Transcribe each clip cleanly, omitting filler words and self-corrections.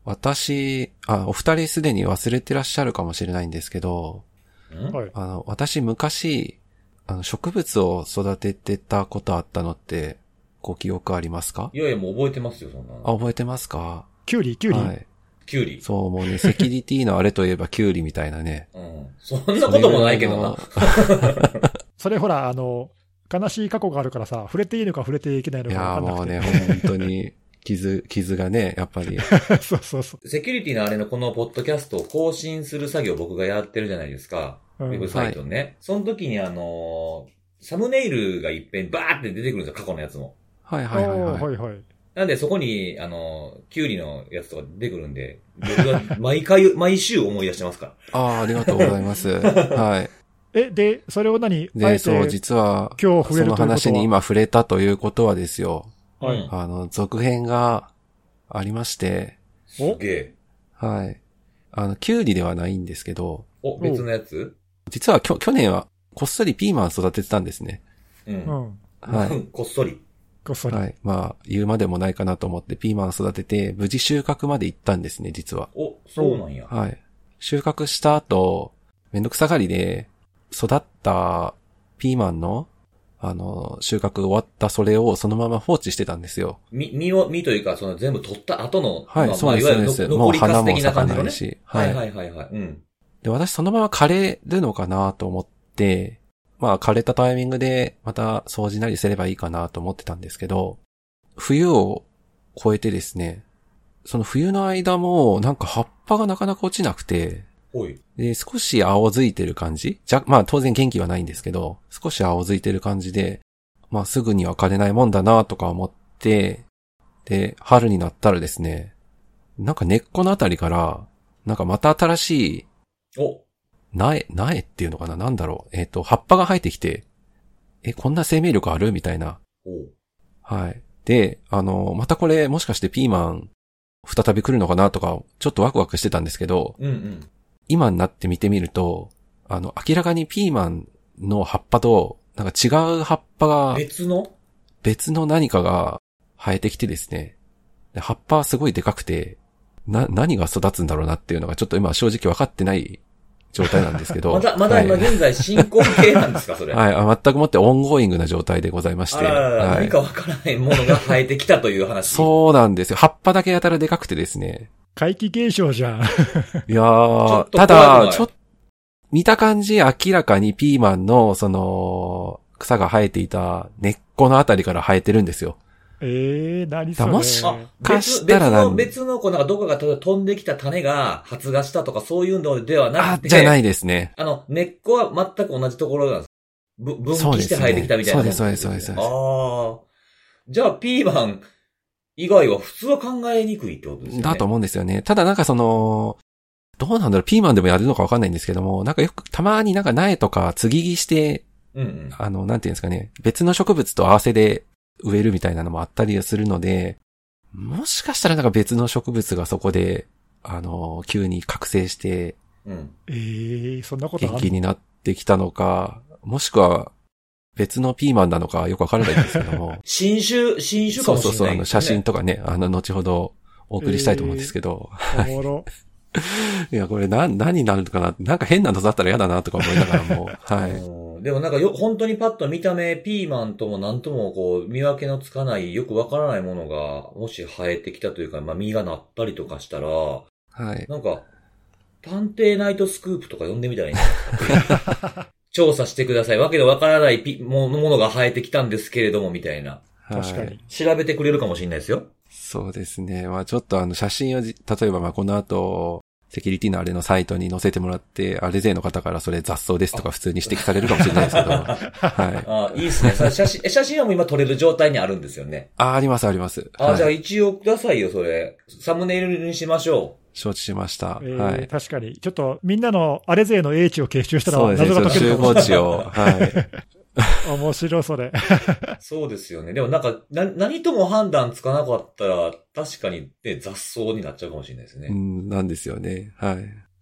お二人すでに忘れてらっしゃるかもしれないんですけど、 はい。 私昔、植物を育ててたことあったのって、ご記憶ありますか？ いやいや、もう覚えてますよ、そんなの。 覚えてますか？ キュウリはい。 キュウリ。 そう、もうね、セキュリティのあれといえばキュウリみたいなね。 うん。そんなこともないけどな。 それほら、悲しい過去があるからさ、触れていいのか触れていけないのいか分かんなくて。 やーもうね、本当に、傷がね、やっぱり。 そうそうそセキュリティのあれのこのポッドキャストを更新する作業を僕がやってるじゃないですか。 う。 ウェブサイトね。その時にサムネイルがいっぺんバーって出てくるんですよ、過去のやつも。 はいはいはいはい。 はいはい。 なんでそこに、キュウリのやつとか出てくるんで、僕が毎週思い出してますから。 ありがとうございます。はい。 で、それをで、そう、実は、 今日触れるということはその話に今触れたということはですよ。 はい。 続編がありまして。 すげえ。 はい。キュウリではないんですけど。 別のやつ？ 実は去年はこっそりピーマン育ててたんですね。 うん。 はい。 こっそり。 はい。まあ、言うまでもないかなと思ってピーマン育てて、無事収穫まで行ったんですね、実は。 そうなんや。 はい。収穫した後、めんどくさがりで、育ったピーマンの、収穫終わったそれをそのまま放置してたんですよ。 実というか、その全部取った後の、 はい、そうです、そうです。もう花も咲かないし。 はいはいはいはい。うん。 で、私そのまま枯れるのかなと思って、まあ枯れたタイミングでまた掃除なりすればいいかなと思ってたんですけど、冬を越えてですね、その冬の間もなんか葉っぱがなかなか落ちなくて、で、少し青づいてる感じ？まあ当然元気はないんですけど、少し青づいてる感じで、まあすぐには枯れないもんだなとか思って、で、春になったらですね、なんか根っこのあたりから、なんかまた新しい、苗っていうのかな？なんだろう。葉っぱが生えてきて、こんな生命力ある？みたいな。はい。で、またこれもしかしてピーマン再び来るのかなとか、ちょっとワクワクしてたんですけど、今になって見てみると、明らかにピーマンの葉っぱと、なんか違う葉っぱが、別の何かが生えてきてですね、で葉っぱはすごいでかくて、何が育つんだろうなっていうのがちょっと今正直分かってない状態なんですけど。 まだ今現在進行形なんですか、それ。 はい、全くもってオンゴーイングな状態でございまして。 何か分からないものが生えてきたという話。 そうなんですよ。葉っぱだけやたらでかくてですね。 怪奇現象じゃん。 いやー、ただ、見た感じ明らかにピーマンの、草が生えていた根っこのあたりから生えてるんですよ。 何それ。 もしかしたら別の、なんかどこか飛んできた種が発芽したとかそういうのではなくて。 じゃないですね。 根っこは全く同じところなんです。分岐して生えてきたみたいな。 そうです。 じゃあピーマン以外は普通は考えにくいってことですよね。 だと思うんですよね。ただなんかどうなんだろう、ピーマンでもやるのかわかんないんですけども、なんかよくたまになんか苗とか継ぎ木して、なんていうんですかね、別の植物と合わせで植えるみたいなのもあったりするので、もしかしたらなんか別の植物がそこで、急に覚醒して、 そんなことあるの？ 元気になってきたのか、もしくは別のピーマンなのかよくわからないんですけども。 新種かもしれないですね。 そう、写真とかね、後ほどお送りしたいと思うんですけど。 おもろ。 いや、これ何になるのかな？なんか変なのだったら嫌だなとか思いながらも。はい。 でもなんか本当にパッと見た目、ピーマンとも何ともこう、見分けのつかない、よくわからないものが、もし生えてきたというか、まあ実がなったりとかしたら、 はい。 なんか、探偵ナイトスクープとか呼んでみたらいいんですか？調査してください。わけのわからないものが生えてきたんですけれども、みたいな。 確かに。 調べてくれるかもしれないですよ。 そうですね。まあちょっと写真を例えばまあこの後、セキュリティのあれのサイトに載せてもらって、あれ勢の方からそれ雑草ですとか普通に指摘されるかもしれないですけど。はい。 いいですね。写真はもう今撮れる状態にあるんですよね。 あります。 じゃあ一応くださいよ、それ。サムネイルにしましょう。 承知しました。はい。 確かに。ちょっとみんなのあれ勢の英知を結集したら謎が解けるかもしれない。集合値を。はい。 面白い、それ。 そうですよね。でもなんか、何とも判断つかなかったら、確かに、ね、雑草になっちゃうかもしれないですね。 なんですよね。はい。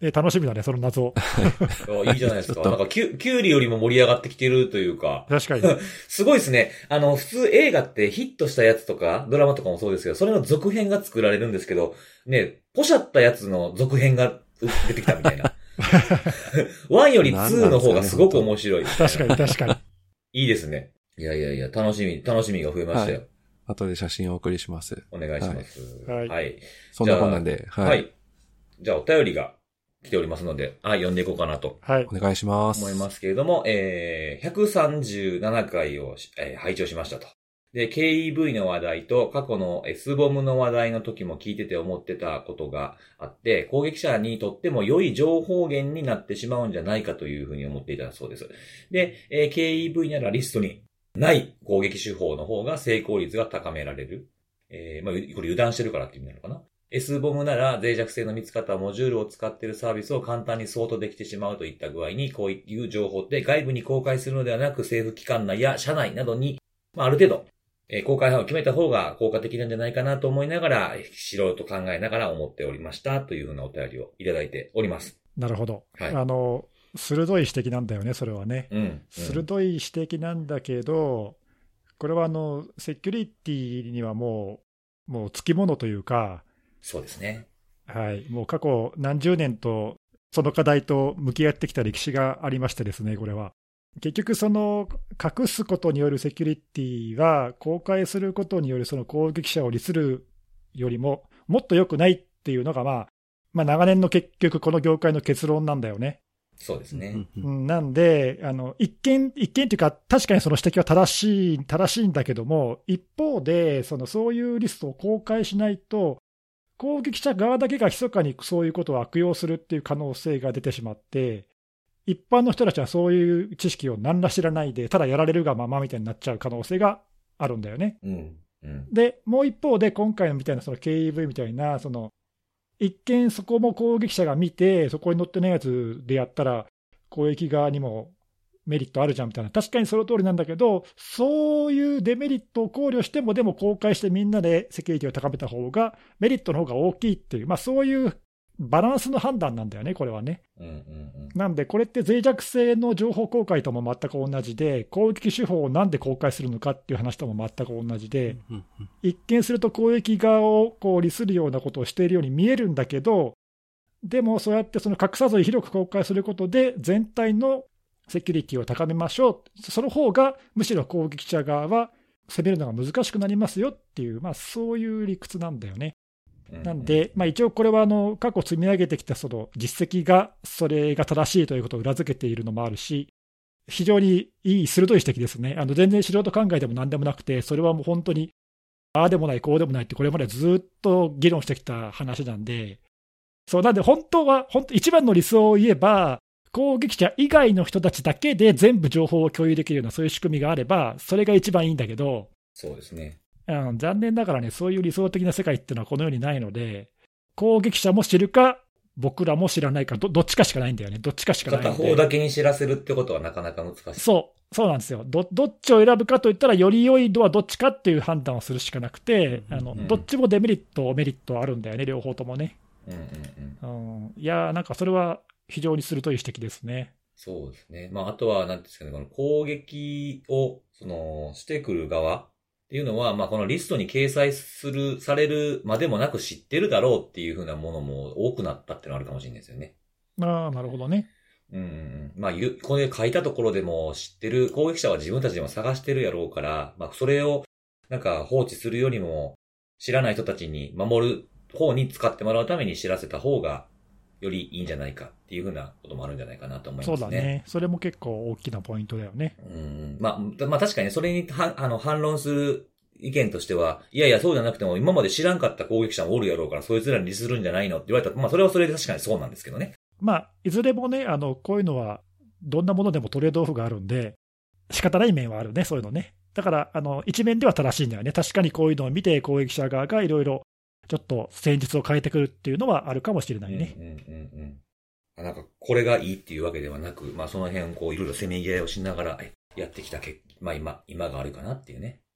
楽しみだね、その謎。 いいじゃないですか。なんかキュウリよりも盛り上がってきてるというか。 確かに。 すごいですね。普通映画ってヒットしたやつとか、ドラマとかもそうですけど、それの続編が作られるんですけど、ね、ポシャったやつの続編が出てきたみたいな。1より2の方がすごく面白い。 確かに確かに。 いいですね。いや、楽しみが増えましたよ。はい、 後で写真をお送りします。 お願いします。 はい。 はい。 そんなこんなんで、 はい。じゃあ、お便りが来ておりますので、読んでいこうかなと。 はい。 お願いします。 思いますけれども、137回を、拝聴しましたと。で、KEV の話題と過去の S ボムの話題の時も聞いてて思ってたことがあって、攻撃者にとっても良い情報源になってしまうんじゃないかというふうに思っていたそうです。で、KEV ならリストにない攻撃手法の方が成功率が高められる。これ油断してるからって意味なのかな。S ボムなら脆弱性の見つかったモジュールを使っているサービスを簡単にソートできてしまうといった具合に、こういう情報って外部に公開するのではなく政府機関内や社内などに、ある程度、公開範囲を決めた方が効果的なんじゃないかなと思いながら、素人考えながら思っておりましたというふうなお便りをいただいております。 なるほど。 はい、 鋭い指摘なんだよね、それはね。鋭い指摘なんだけど、これはセキュリティにはもうつきものというか、 そうですね。 はい。もう過去何十年とその課題と向き合ってきた歴史がありましてですね、これは。結局隠すことによるセキュリティは公開することによるその攻撃者を利するよりももっと良くないっていうのが長年の結局この業界の結論なんだよね。 そうですね。 なんで、一見っていうか、確かにその指摘は正しいんだけども、一方で、そういうリストを公開しないと、攻撃者側だけが密かにそういうことを悪用するっていう可能性が出てしまって、一般の人たちはそういう知識を何ら知らないで、ただやられるがままみたいになっちゃう可能性があるんだよね。で、もう一方で、今回のみたいなKEV みたいな、一見そこも攻撃者が見て、そこに載ってないやつでやったら、攻撃側にもメリットあるじゃんみたいな、確かにその通りなんだけど、そういうデメリットを考慮しても、でも公開してみんなでセキュリティを高めた方が、メリットの方が大きいっていう、そういうバランスの判断なんだよね、これはね。なんで、これって脆弱性の情報公開とも全く同じで、攻撃手法をなんで公開するのかっていう話とも全く同じで、一見すると攻撃側を利するようなことをしているように見えるんだけど、でもそうやって隠さずに広く公開することで、全体のセキュリティを高めましょう、その方がむしろ攻撃者側は攻めるのが難しくなりますよっていう、そういう理屈なんだよね。なんで、一応これは過去積み上げてきたその実績がそれが正しいということを裏付けているのもあるし、非常にいい鋭い指摘ですね。全然素人考えでも何でもなくて、それはもう本当にああでもないこうでもないってこれまでずっと議論してきた話なんで、なんで本当一番の理想を言えば、攻撃者以外の人たちだけで全部情報を共有できるようなそういう仕組みがあれば、それが一番いいんだけど、 そうですね。 残念ながらね、そういう理想的な世界っていうのはこの世にないので、攻撃者も知るか、僕らも知らないか、どっちかしかないんだよね。どっちかしかないんで。 片方だけに知らせるってことはなかなか難しい。 そうなんですよ。どっちを選ぶかといったら、より良いのはどっちかっていう判断をするしかなくて、どっちもデメリット、メリットあるんだよね、両方ともね。いやなんかそれは非常に鋭い指摘ですね。 そうですね。あとは、なんですかね、この攻撃を、してくる側っていうのは、このリストに掲載されるまでもなく知ってるだろうっていうふうなものも多くなったっていうのがあるかもしれないですよね。 なるほどね。 これ書いたところでも知ってる、攻撃者は自分たちでも探してるやろうから、それをなんか放置するよりも、知らない人たちに守る方に使ってもらうために知らせた方が、よりいいんじゃないかっていうふうなこともあるんじゃないかなと思いますね。 そうだね。それも結構大きなポイントだよね。 確かにそれに反論する意見としては、いやいやそうじゃなくても今まで知らんかった攻撃者もおるやろうから、そいつらに利するんじゃないのって言われたら、それはそれで確かにそうなんですけどね。 いずれもね、こういうのはどんなものでもトレードオフがあるんで、仕方ない面はあるね、そういうのね。だから一面では正しいんだよね。確かにこういうのを見て攻撃者側がいろいろちょっと戦術を変えてくるっていうのはあるかもしれないね。 なんかこれがいいっていうわけではなく、その辺をいろいろせめぎ合いをしながらやってきた今があるかなっていうね。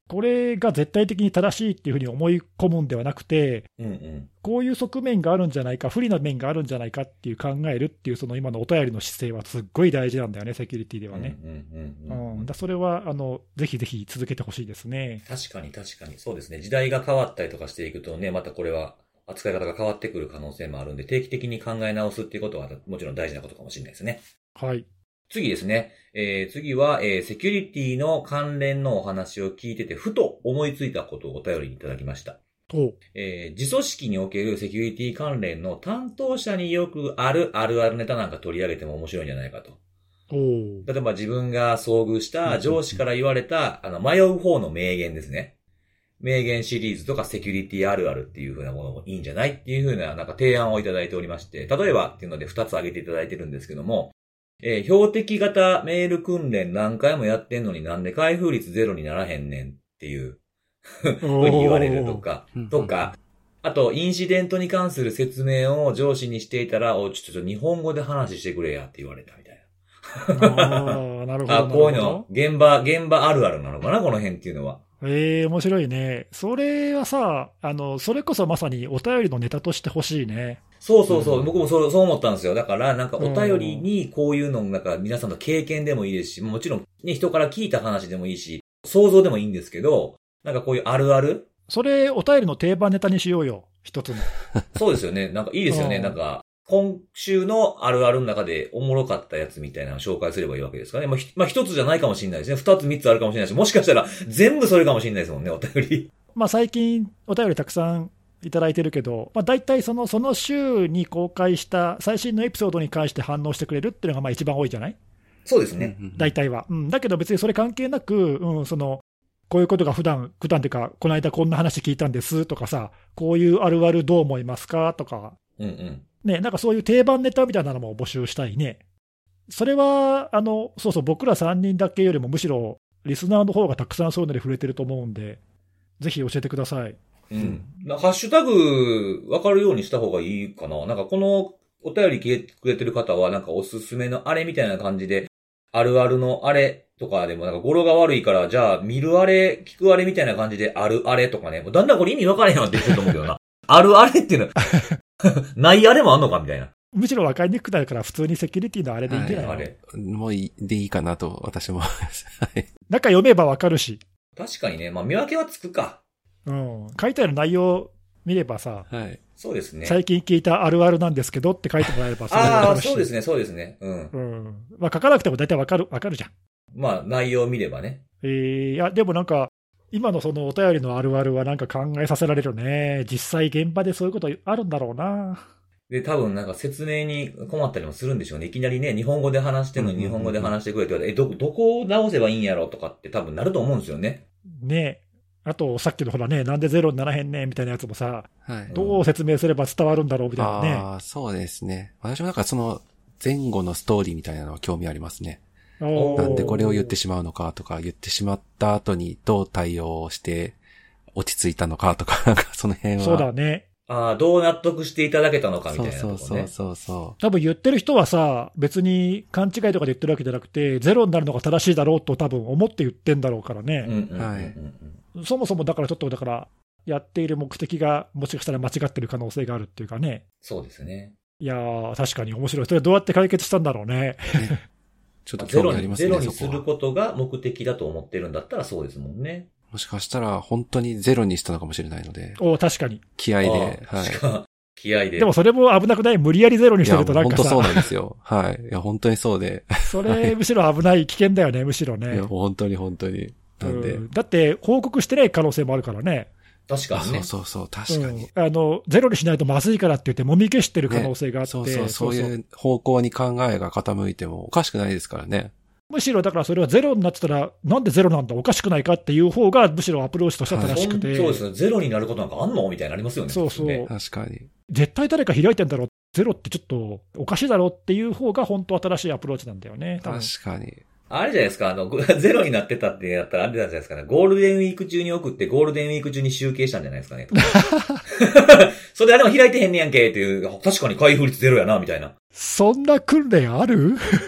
これが絶対的に正しいっていうふうに思い込むんではなくて、こういう側面があるんじゃないか、不利な面があるんじゃないかっていう考えるっていう、その今のお便りの姿勢はすっごい大事なんだよね、セキュリティではね。それはぜひぜひ続けてほしいですね。 確かに確かに。そうですね。時代が変わったりとかしていくとね、またこれは扱い方が変わってくる可能性もあるんで、定期的に考え直すっていうことはもちろん大事なことかもしれないですね。 はい。 次ですね。次は、セキュリティの関連のお話を聞いてて、ふと思いついたことをお便りにいただきました。自組織におけるセキュリティ関連の担当者によくあるあるネタなんか取り上げても面白いんじゃないかと。例えば自分が遭遇した上司から言われた、迷う方の名言ですね。名言シリーズとかセキュリティあるあるっていう風なものもいいんじゃないっていう風ななんか提案をいただいておりまして、例えばっていうので2つ挙げていただいてるんですけども、標的型メール訓練何回もやってんのになんで開封率ゼロにならへんねんっていう言われるとか、あと、インシデントに関する説明を上司にしていたら、ちょっと日本語で話してくれやって言われたみたいな。 なるほど。 こういうの、現場あるあるなのかな、この辺っていうのは。 面白いね。それはさ、それこそまさにお便りのネタとして欲しいね。 そう。僕もそう思ったんですよ。だから、なんかお便りにこういうの、なんか皆さんの経験でもいいですし、もちろんね、人から聞いた話でもいいし、想像でもいいんですけど、なんかこういうあるある？ それ、お便りの定番ネタにしようよ。一つの。 そうですよね。なんかいいですよね。なんか、今週のあるあるの中でおもろかったやつみたいなのを紹介すればいいわけですかね。まあ一つじゃないかもしれないですね。二つ三つあるかもしれないし、もしかしたら全部それかもしれないですもんね、お便り。 最近お便りたくさんいただいてるけど、大体その週に公開した最新のエピソードに関して反応してくれるっていうのが一番多いじゃない？ そうですね。 大体は。だけど別にそれ関係なく、こういうことが普段っていうか、この間こんな話聞いたんですとかさ、こういうあるあるどう思いますかとか。ね、なんかそういう定番ネタみたいなのも募集したいね。それは、僕ら3人だけよりもむしろ、リスナーの方がたくさんそういうので触れてると思うんで、ぜひ教えてください。 ハッシュタグ分かるようにした方がいいかな。なんかこのお便り聞いてくれてる方は、なんかおすすめのあれみたいな感じで、あるあるのあれとかでもなんか語呂が悪いから、じゃあ見るあれ、聞くあれみたいな感じであるあれとかね、もうだんだんこれ意味分からへんわって言ってると思うけどな。あるあれっていうのは、ないあれもあんのかみたいな。 むしろ分かりにくくなるから普通にセキュリティのあれでいいんじゃないの？ あれ。 もういいかなと私も。 中読めば分かるし。 確かにね、見分けはつくか。 書いてある内容見ればさ、 そうですね。 最近聞いたあるあるなんですけどって書いてもらえればそれ分かるし。 そうですね。 書かなくても大体分かるじゃん。 内容を見ればね。 いや、でもなんか、今のそのお便りのあるあるはなんか考えさせられるね。実際現場でそういうことあるんだろうな。 で、多分なんか説明に困ったりもするんでしょうね。いきなりね、日本語で話してるのに日本語で話してくれって言われて、どこを直せばいいんやろとかって多分なると思うんですよね。 ね。あと、さっきのほらね、なんでゼロにならへんねんみたいなやつもさ、どう説明すれば伝わるんだろうみたいなね。 そうですね。私もなんかその前後のストーリーみたいなのは興味ありますね。なんでこれを言ってしまうのかとか、言ってしまった後にどう対応して落ち着いたのかとか、なんかその辺は。 そうだね。 どう納得していただけたのかみたいなとこね。 そう。 多分言ってる人はさ、別に勘違いとかで言ってるわけじゃなくて、ゼロになるのが正しいだろうと多分思って言ってんだろうからね。そもそもだからやっている目的がもしかしたら間違ってる可能性があるっていうかね。 そうですね。 いやー、確かに面白い。それどうやって解決したんだろうね。 ちょっと興味ありますね。 ゼロにすることが目的だと思ってるんだったらそうですもんね。 もしかしたら本当にゼロにしたのかもしれないので。 確かに。 気合で。 気合で。 でもそれも危なくない？無理やりゼロにしてるとなんかさ。 本当そうなんですよ。いや、本当にそうで。 それ、むしろ危ない、危険だよね、むしろね。 いや、本当に。なんで。 だって報告してない可能性もあるからね。 確かにね。 そう、確かに。 ゼロにしないとまずいからって言ってもみ消してる可能性があって。 そういう方向に考えが傾いてもおかしくないですからね。 むしろだからそれはゼロになってたら、なんでゼロなんだおかしくないかっていう方がむしろアプローチとしては正しくて。 そうですね。ゼロになることなんかあんのみたいになりますよね。 そう。 確かに。 絶対誰か開いてんだろう。ゼロってちょっとおかしいだろうっていう方が本当は正しいアプローチなんだよね。 確かに。 あれじゃないですか、ゼロになってたってやったらあれじゃないですかね。ゴールデンウィーク中に送ってゴールデンウィーク中に集計したんじゃないですかね。それでも開いてへんねやんけっていう、確かに開封率ゼロやな、みたいな。 そんな訓練ある？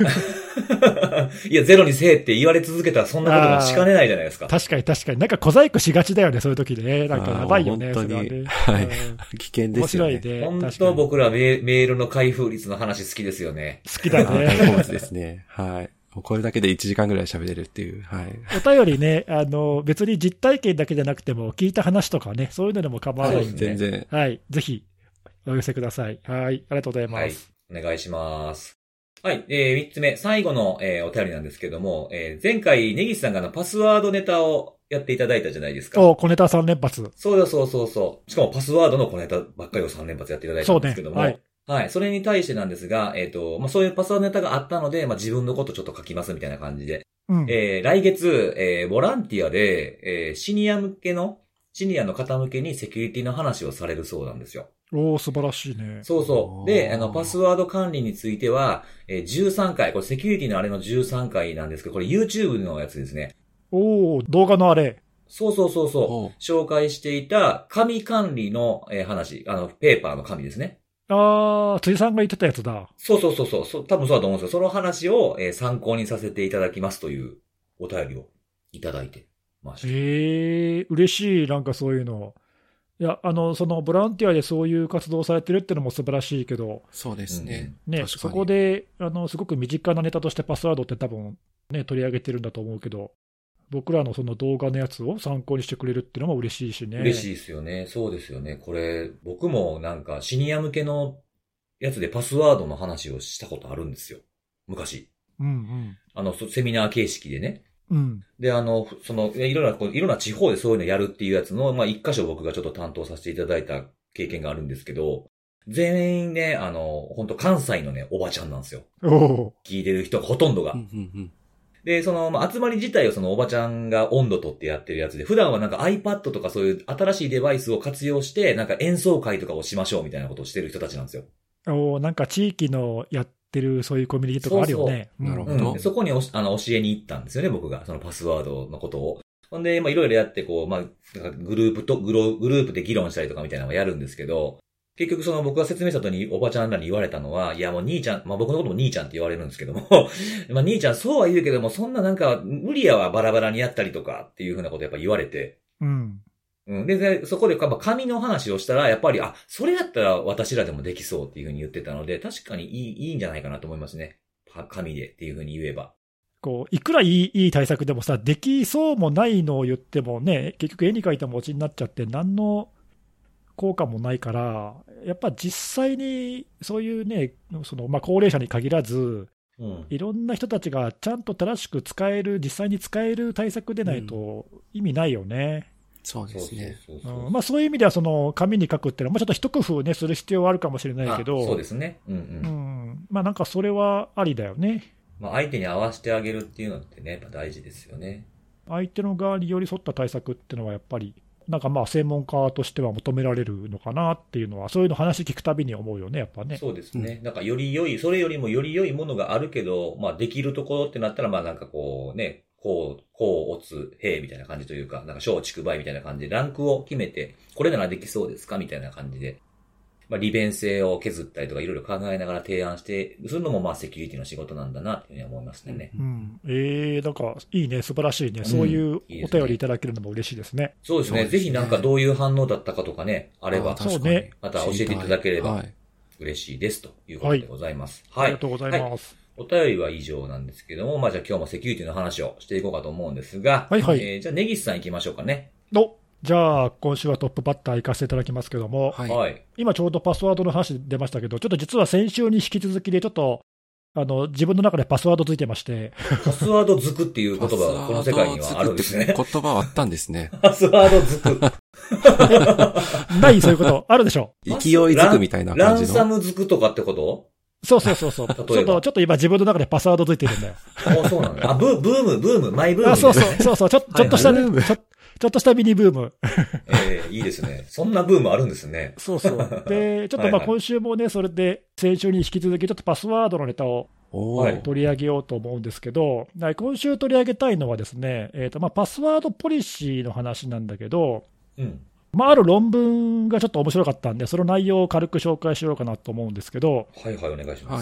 いや、ゼロにせえって言われ続けたらそんなこともしかねないじゃないですか。 確かに確かに。なんか小細工しがちだよね、そういう時でね。なんかやばいよね、 本当にそれはね。 はいうん危険ですよね。 面白いね。 本確かに当僕らメールの開封率の話好きですよね。 好きだ大ね。 好物ですね。はい。もうこれだけで1時間ぐらい喋れるっていう。はい。 お便りね、別に実体験だけじゃなくても、聞いた話とかね、そういうのでも構わないんで、 全然。 はい、ぜひ、お寄せください。はい、ありがとうございまはいす。。 お願いします。はい。3つ目、最後の、お便りなんですけども、前回、根岸さんがパスワードネタをやっていただいたじゃないですか。 小ネタ3連発。 そうだ、そうそうそう。しかもパスワードの小ネタばっかりを3連発やっていただいたんですけども。 そうねはい。それに対してなんですが、そういうパスワードネタがあったので、自分のことちょっと書きますみたいな感じで。 うん。 来月、ボランティアで、シニアの方向けにセキュリティの話をされるそうなんですよ。 素晴らしいね。 そうそう。で、パスワード管理については、13回、これセキュリティのあれの13回なんですけど、これ YouTube のやつですね。 動画のあれ。 そうそうそうそう。紹介していた紙管理の話、ペーパーの紙ですね。 辻さんが言ってたやつだ。 そうそうそうそう。多分そうだと思うんですよ。その話を、参考にさせていただきますというお便りをいただいてました。 嬉しい、なんかそういうの。いや、そのボランティアでそういう活動をされてるってのも素晴らしいけど、 そうですね。 ね、そこで、すごく身近なネタとしてパスワードって多分ね、取り上げてるんだと思うけど、僕らのその動画のやつを参考にしてくれるっていうのも嬉しいしね。 嬉しいですよね。そうですよね。これ、僕もなんかシニア向けのやつでパスワードの話をしたことあるんですよ。昔。 うんうん。 セミナー形式でね。 うん。 で、いろんな地方でそういうのやるっていうやつの、一箇所僕がちょっと担当させていただいた経験があるんですけど、全員ね、本当関西のね、おばちゃんなんですよ。聞いてる人がほとんどが。で、集まり自体をそのおばちゃんが温度取ってやってるやつで、普段はなんか iPad とかそういう新しいデバイスを活用して、なんか演奏会とかをしましょうみたいなことをしてる人たちなんですよ。 なんか地域のやってるそういうコミュニティとかあるよね。 なるほど。 そこに教えに行ったんですよね、僕が。そのパスワードのことを。ほんで、いろいろやって、グループで議論したりとかみたいなのをやるんですけど、結局僕が説明した後におばちゃんらに言われたのは、いやもう兄ちゃん、僕のことも兄ちゃんって言われるんですけども、兄ちゃんそうは言うけども、そんななんか無理やわバラバラにやったりとかっていうふうなことやっぱ言われて、で、そこで紙の話をしたら、やっぱり、それやったら私らでもできそうっていうふうに言ってたので、確かにいいんじゃないかなと思いますね。紙でっていうふうに言えば。 いくらいい対策でもさ、できそうもないのを言ってもね、結局絵に描いた餅になっちゃって、何の効果もないから、やっぱ実際にそういうね、高齢者に限らず、いろんな人たちがちゃんと正しく使える、実際に使える対策でないと意味ないよね。 そうですね。 そういう意味では、紙に書くっていうのは、ちょっと一工夫ね、する必要はあるかもしれないけど、 そうですね。 なんかそれはありだよね。 相手に合わせてあげるっていうのってね、やっぱ大事ですよね。 相手の側に寄り添った対策っていうのは、やっぱり、なんか専門家としては求められるのかなっていうのは、そういうの話聞くたびに思うよね、やっぱね。 そうですね。なんかより良い、それよりもより良いものがあるけど、できるところってなったら、なんかこうね、こう、おつ、へみたいな感じというか、なんか小畜梅みたいな感じでランクを決めて、これならできそうですかみたいな感じで、利便性を削ったりとかいろいろ考えながら提案して、するのもセキュリティの仕事なんだなっていうふうに思いますね。 なんかいいね、素晴らしいね。そういうお便りいただけるのも嬉しいですね。 そうですね。ぜひなんかどういう反応だったかとかね、あれば、また教えていただければ嬉しいですということでございます。 ありがとうございます。 お便りは以上なんですけども、じゃあ今日もセキュリティの話をしていこうかと思うんですが、じゃあ根岸さん行きましょうかね。 じゃあ今週はトップバッター行かせていただきますけども、今ちょうどパスワードの話出ましたけど、ちょっと実は先週に引き続きでちょっと自分の中でパスワードついてまして。 パスワードづくっていう言葉がこの世界にはあるんですね。 言葉はあったんですね。 パスワードづく。 ないそういうこと。あるでしょ。 勢いづくみたいな感じの。 ランサムづくとかってこと？ そう。ちょっと今自分の中でパスワードついてるんだよ。 そうなんだ。ブーム、マイブーム。 そう。ちょっとしたね。ちょっとしたミニブーム。 いいですね。そんなブームあるんですね。 そう。で、ちょっと今週もね、それで先週に引き続きちょっとパスワードのネタを取り上げようと思うんですけど、今週取り上げたいのはですね、パスワードポリシーの話なんだけど、ある論文がちょっと面白かったんで、その内容を軽く紹介しようかなと思うんですけど、 お願いします。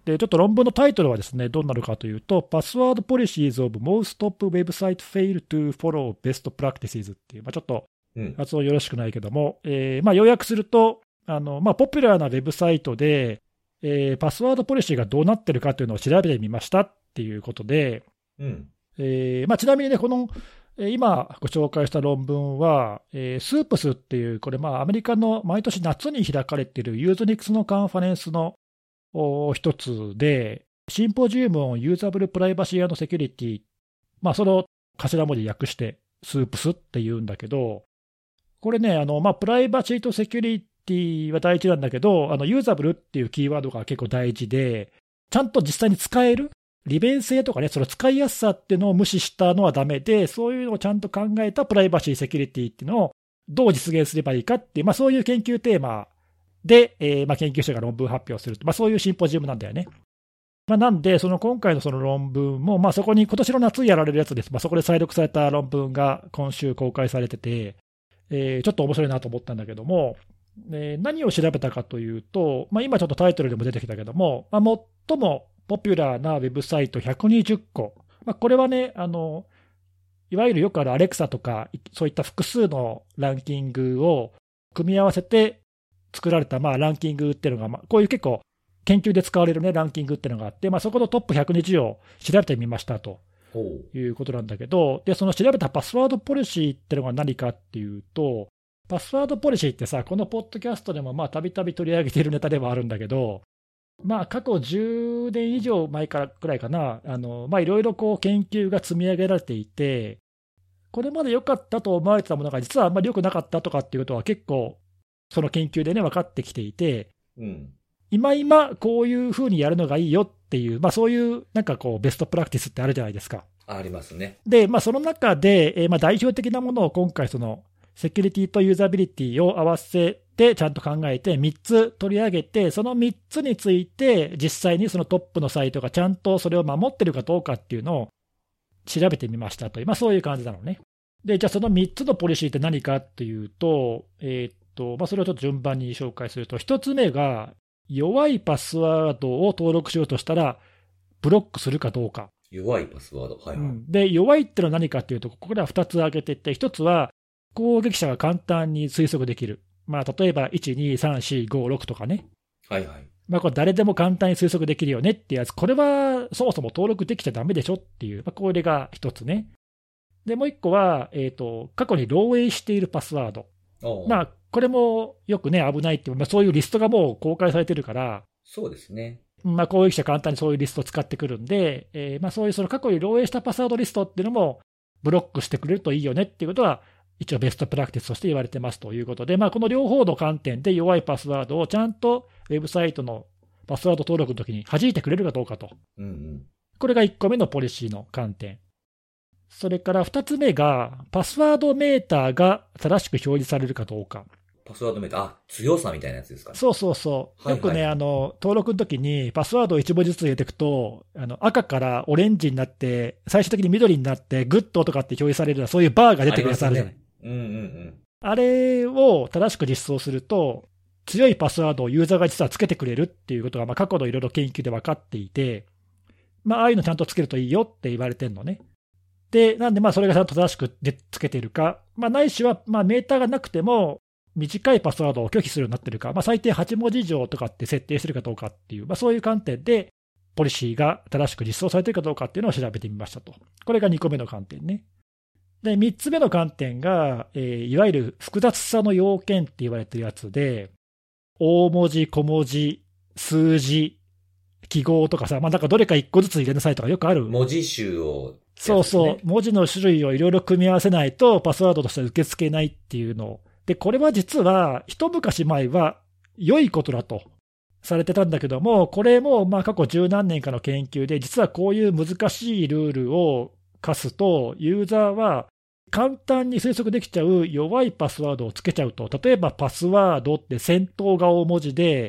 で、ちょっと論文のタイトルはですね、どうなるかというと、Password Policies of Most Top Website Fail to Follow Best Practices っていう、ちょっと発音よろしくないけども、要約すると、ポピュラーなウェブサイトで、パスワードポリシーがどうなってるかというのを調べてみましたっていうことで、ちなみにね、この、今ご紹介した論文は、スープスっていう、これアメリカの毎年夏に開かれているユーズニクスのカンファレンスの一つで、シンポジウムオンユーザブルプライバシー&セキュリティ、その頭文字訳してスープスって言うんだけど、これね、プライバシーとセキュリティは大事なんだけど、ユーザブルっていうキーワードが結構大事で、ちゃんと実際に使える利便性とかね、その使いやすさっていうのを無視したのはダメで、そういうのをちゃんと考えたプライバシー、セキュリティっていうのをどう実現すればいいかっていう、そういう研究テーマで、研究者が論文発表すると、そういうシンポジウムなんだよね。なんで、今回のその論文も、そこに今年の夏やられるやつです。そこで採読された論文が今週公開されてて、ちょっと面白いなと思ったんだけども、何を調べたかというと、今ちょっとタイトルでも出てきたけども、最もポピュラーなウェブサイト120個。これはね、いわゆるよくあるアレクサとか、そういった複数のランキングを組み合わせて作られたランキングっていうのが、こういう結構研究で使われるね、ランキングっていうのがあって、そこのトップ120を調べてみましたということなんだけど、で、その調べたパスワードポリシーっていうのが何かっていうと、パスワードポリシーってさ、このポッドキャストでもたびたび取り上げているネタではあるんだけど、過去10年以上前からくらいかな、いろいろこう研究が積み上げられていて、これまで良かったと思われてたものが実はあんまり良くなかったとかっていうことは結構その研究でね分かってきていて、今こういうふうにやるのがいいよっていう、そういうなんかこうベストプラクティスってあるじゃないですか。 ありますね。 で、その中で、代表的なものを今回そのセキュリティとユーザビリティを合わせてちゃんと考えて3つ取り上げて、その3つについて実際にそのトップのサイトがちゃんとそれを守ってるかどうかっていうのを調べてみましたという、そういう感じなのね。で、じゃあその3つのポリシーって何かっていうと、それをちょっと順番に紹介すると、1つ目が弱いパスワードを登録しようとしたらブロックするかどうか。 弱いパスワード、はいはい。 で、弱いってのは何かっていうと、ここでは2つ挙げてて、1つは攻撃者が簡単に推測できる。例えば、1、2、3、4、5、6とかね。 はいはい。 これ誰でも簡単に推測できるよねっていうやつ。これはそもそも登録できちゃダメでしょっていう。これが1つね。で、もう1個は、過去に漏洩しているパスワード。これもよくね、危ないっていう、そういうリストがもう公開されてるから。 そうですね。 攻撃者簡単にそういうリストを使ってくるんで、そういうその過去に漏洩したパスワードリストっていうのもブロックしてくれるといいよねっていうことは、一応ベストプラクティスとして言われてますということで、この両方の観点で弱いパスワードをちゃんとウェブサイトのパスワード登録の時に弾いてくれるかどうかと。これが1個目のポリシーの観点。それから2つ目が、パスワードメーターが正しく表示されるかどうか。 パスワードメーター、強さみたいなやつですかね。 そうそうそう。よくね、登録の時にパスワードを1文字ずつ入れていくと、赤からオレンジになって、最終的に緑になって、グッドとかって表示されるような、そういうバーが出てくるやつあるじゃない。あれを正しく実装すると、強いパスワードをユーザーが実はつけてくれるっていうことが、過去のいろいろ研究で分かっていて、ああいうのちゃんとつけるといいよって言われてるのね。で、なんでそれがちゃんと正しくつけているか、ないしはメーターがなくても、短いパスワードを拒否するようになってるか、最低8文字以上とかって設定してるかどうかっていう、そういう観点で、ポリシーが正しく実装されているかどうかっていうのを調べてみましたと。これが2個目の観点ね。で、3つ目の観点が、いわゆる複雑さの要件って言われてるやつで、大文字、小文字、数字、記号とかさ、なんかどれか1個ずつ入れなさいとかよくある。 文字集を、ね。 そうそう、文字の種類をいろいろ組み合わせないとパスワードとして受け付けないっていうのを。で、これは実は、一昔前は良いことだとされてたんだけども、これも過去十何年かの研究で、実はこういう難しいルールを課すと、ユーザーは簡単に推測できちゃう弱いパスワードをつけちゃうと、例えばパスワードって先頭が大文字で、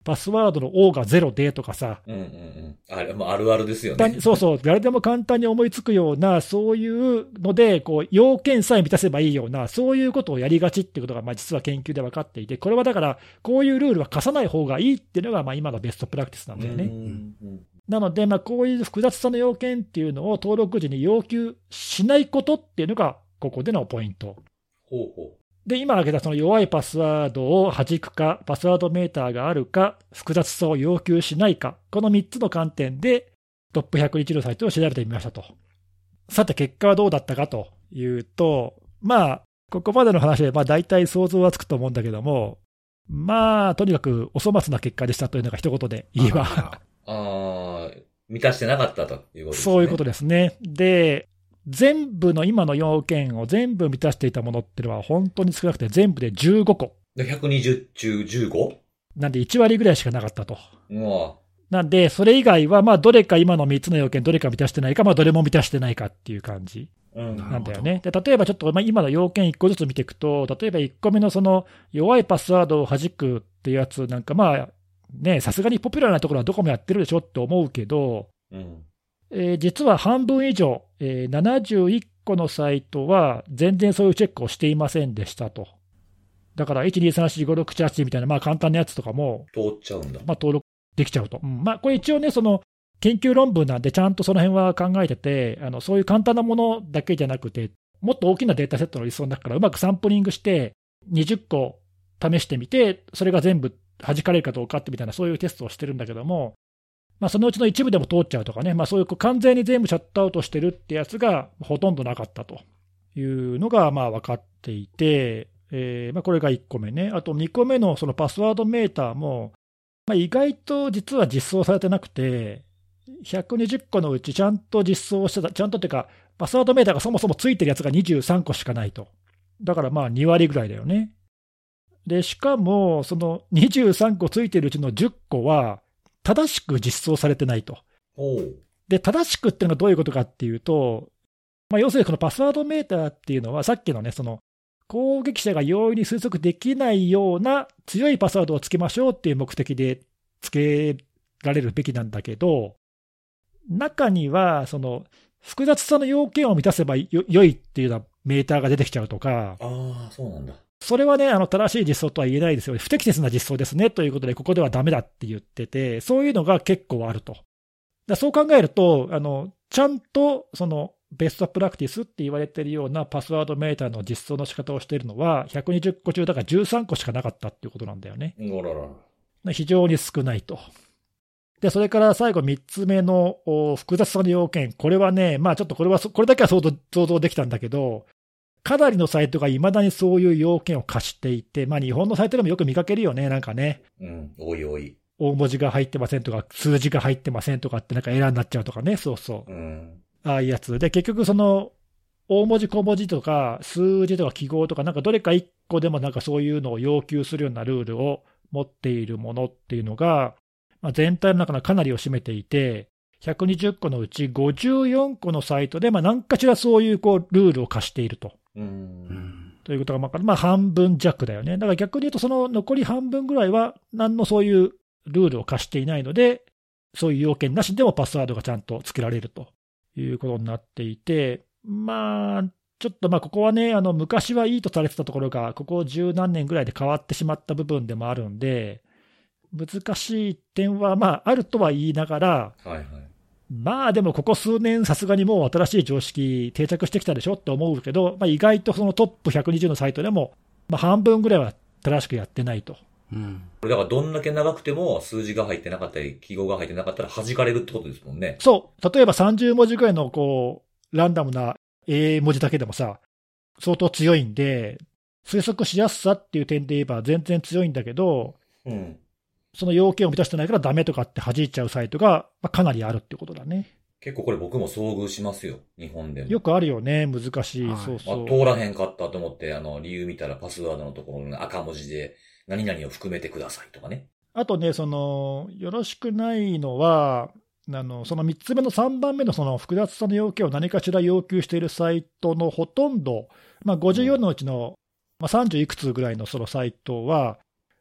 パスワードの O が0でとかさ、 あれ、あるあるですよね。 そうそう、誰でも簡単に思いつくような、そういうので、要件さえ満たせばいいような、そういうことをやりがちっていうことが、実は研究で分かっていて、これはだから、こういうルールは課さない方がいいっていうのが、今のベストプラクティスなんだよね。なので、こういう複雑さの要件っていうのを登録時に要求しないことっていうのが、ここでのポイント。で、今挙げたその弱いパスワードを弾くか、パスワードメーターがあるか、複雑さを要求しないか、この3つの観点でトップ101のサイトを調べてみましたと。さて、結果はどうだったかというと、ここまでの話で大体想像はつくと思うんだけども、とにかくお粗末な結果でしたというのが一言で言えば。 満たしてなかったということですね。 そういうことですね。で、全部の今の要件を全部満たしていたものっていうのは本当に少なくて全部で15個。 で、120中 15？ なんで1割ぐらいしかなかったと。 うなんで、それ以外はどれか今の3つの要件どれか満たしてないか、どれも満たしてないかっていう感じなんだよね。で、例えばちょっと今の要件1個ずつ見ていくと、例えば1個目のその弱いパスワードを弾くっていうやつなんかさすがにポピュラーなところはどこもやってるでしょって思うけど、実は半分以上、71個のサイトは全然そういうチェックをしていませんでしたと。だから、1、2、3、4、5、6、7、8みたいな、簡単なやつとかも、 通っちゃうんだ。 登録できちゃうと。これ一応ね、その、研究論文なんで、ちゃんとその辺は考えてて、そういう簡単なものだけじゃなくて、もっと大きなデータセットの理想の中からうまくサンプリングして、20個試してみて、それが全部弾かれるかどうかってみたいな、そういうテストをしてるんだけども、そのうちの一部でも通っちゃうとかね、そういう完全に全部シャットアウトしてるってやつがほとんどなかったというのが分かっていて、これが1個目ね。あと2個目のそのパスワードメーターも、意外と実は実装されてなくて、120個のうちちゃんと実装してた、ちゃんとっていうか、パスワードメーターがそもそもついてるやつが23個しかないと。だから2割ぐらいだよね。で、しかも、その23個ついてるうちの10個は、正しく実装されてないと。で、正しくっていうのはどういうことかっていうと、要するにこのパスワードメーターっていうのは、さっきのね、その攻撃者が容易に推測できないような強いパスワードをつけましょうっていう目的でつけられるべきなんだけど、中には、その複雑さの要件を満たせば良いっていうようなメーターが出てきちゃうとか。 そうなんだ。 それはね、正しい実装とは言えないですよ。不適切な実装ですねということで、ここではダメだって言ってて、そういうのが結構あると。そう考えると、ちゃんとそのベストプラクティスって言われているようなパスワードメーターの実装の仕方をしているのは、120個中だから13個しかなかったっていうことなんだよね。非常に少ないと。で、それから最後3つ目の複雑さの要件。これはね、ちょっとこれだけは想像できたんだけど、かなりのサイトがいまだにそういう要件を課していて、日本のサイトでもよく見かけるよね、なんかね。 おいおい。 大文字が入ってませんとか、数字が入ってませんとかってなんかエラーになっちゃうとかね、そうそう。ああいうやつ。で、結局その、大文字小文字とか、数字とか記号とか、なんかどれか1個でもなんかそういうのを要求するようなルールを持っているものっていうのが、全体の中のかなりを占めていて、120個のうち54個のサイトで、何かしらそういうルールを課していると。ということが、半分弱だよね。だから逆に言うと、その残り半分ぐらいは、何のそういうルールを課していないので、そういう要件なしでもパスワードがちゃんと付けられるということになっていて、ちょっとここはね、昔はいいとされてたところが、ここ十何年ぐらいで変わってしまった部分でもあるんで、難しい点はあるとは言いながら、でもここ数年、さすがにもう新しい常識定着してきたでしょって思うけど、意外とそのトップ120のサイトでも、半分ぐらいは正しくやってないと。 これだからどんだけ長くても数字が入ってなかったり、記号が入ってなかったら弾かれるってことですもんね。 そう。例えば30文字ぐらいのランダムな英文字だけでもさ、相当強いんで、推測しやすさっていう点で言えば全然強いんだけど、その要件を満たしてないからダメとかって弾いちゃうサイトがかなりあるってことだね。 結構これ僕も遭遇しますよ、日本でも。 よくあるよね、難しい。そうそう。 通らへんかったと思って、理由見たらパスワードのところの赤文字で、何々を含めてくださいとかね。 あとね、よろしくないのは、その3つ目の3番目のその複雑さの要件を何かしら要求しているサイトのほとんど、54のうちの30いくつぐらいのそのサイトは、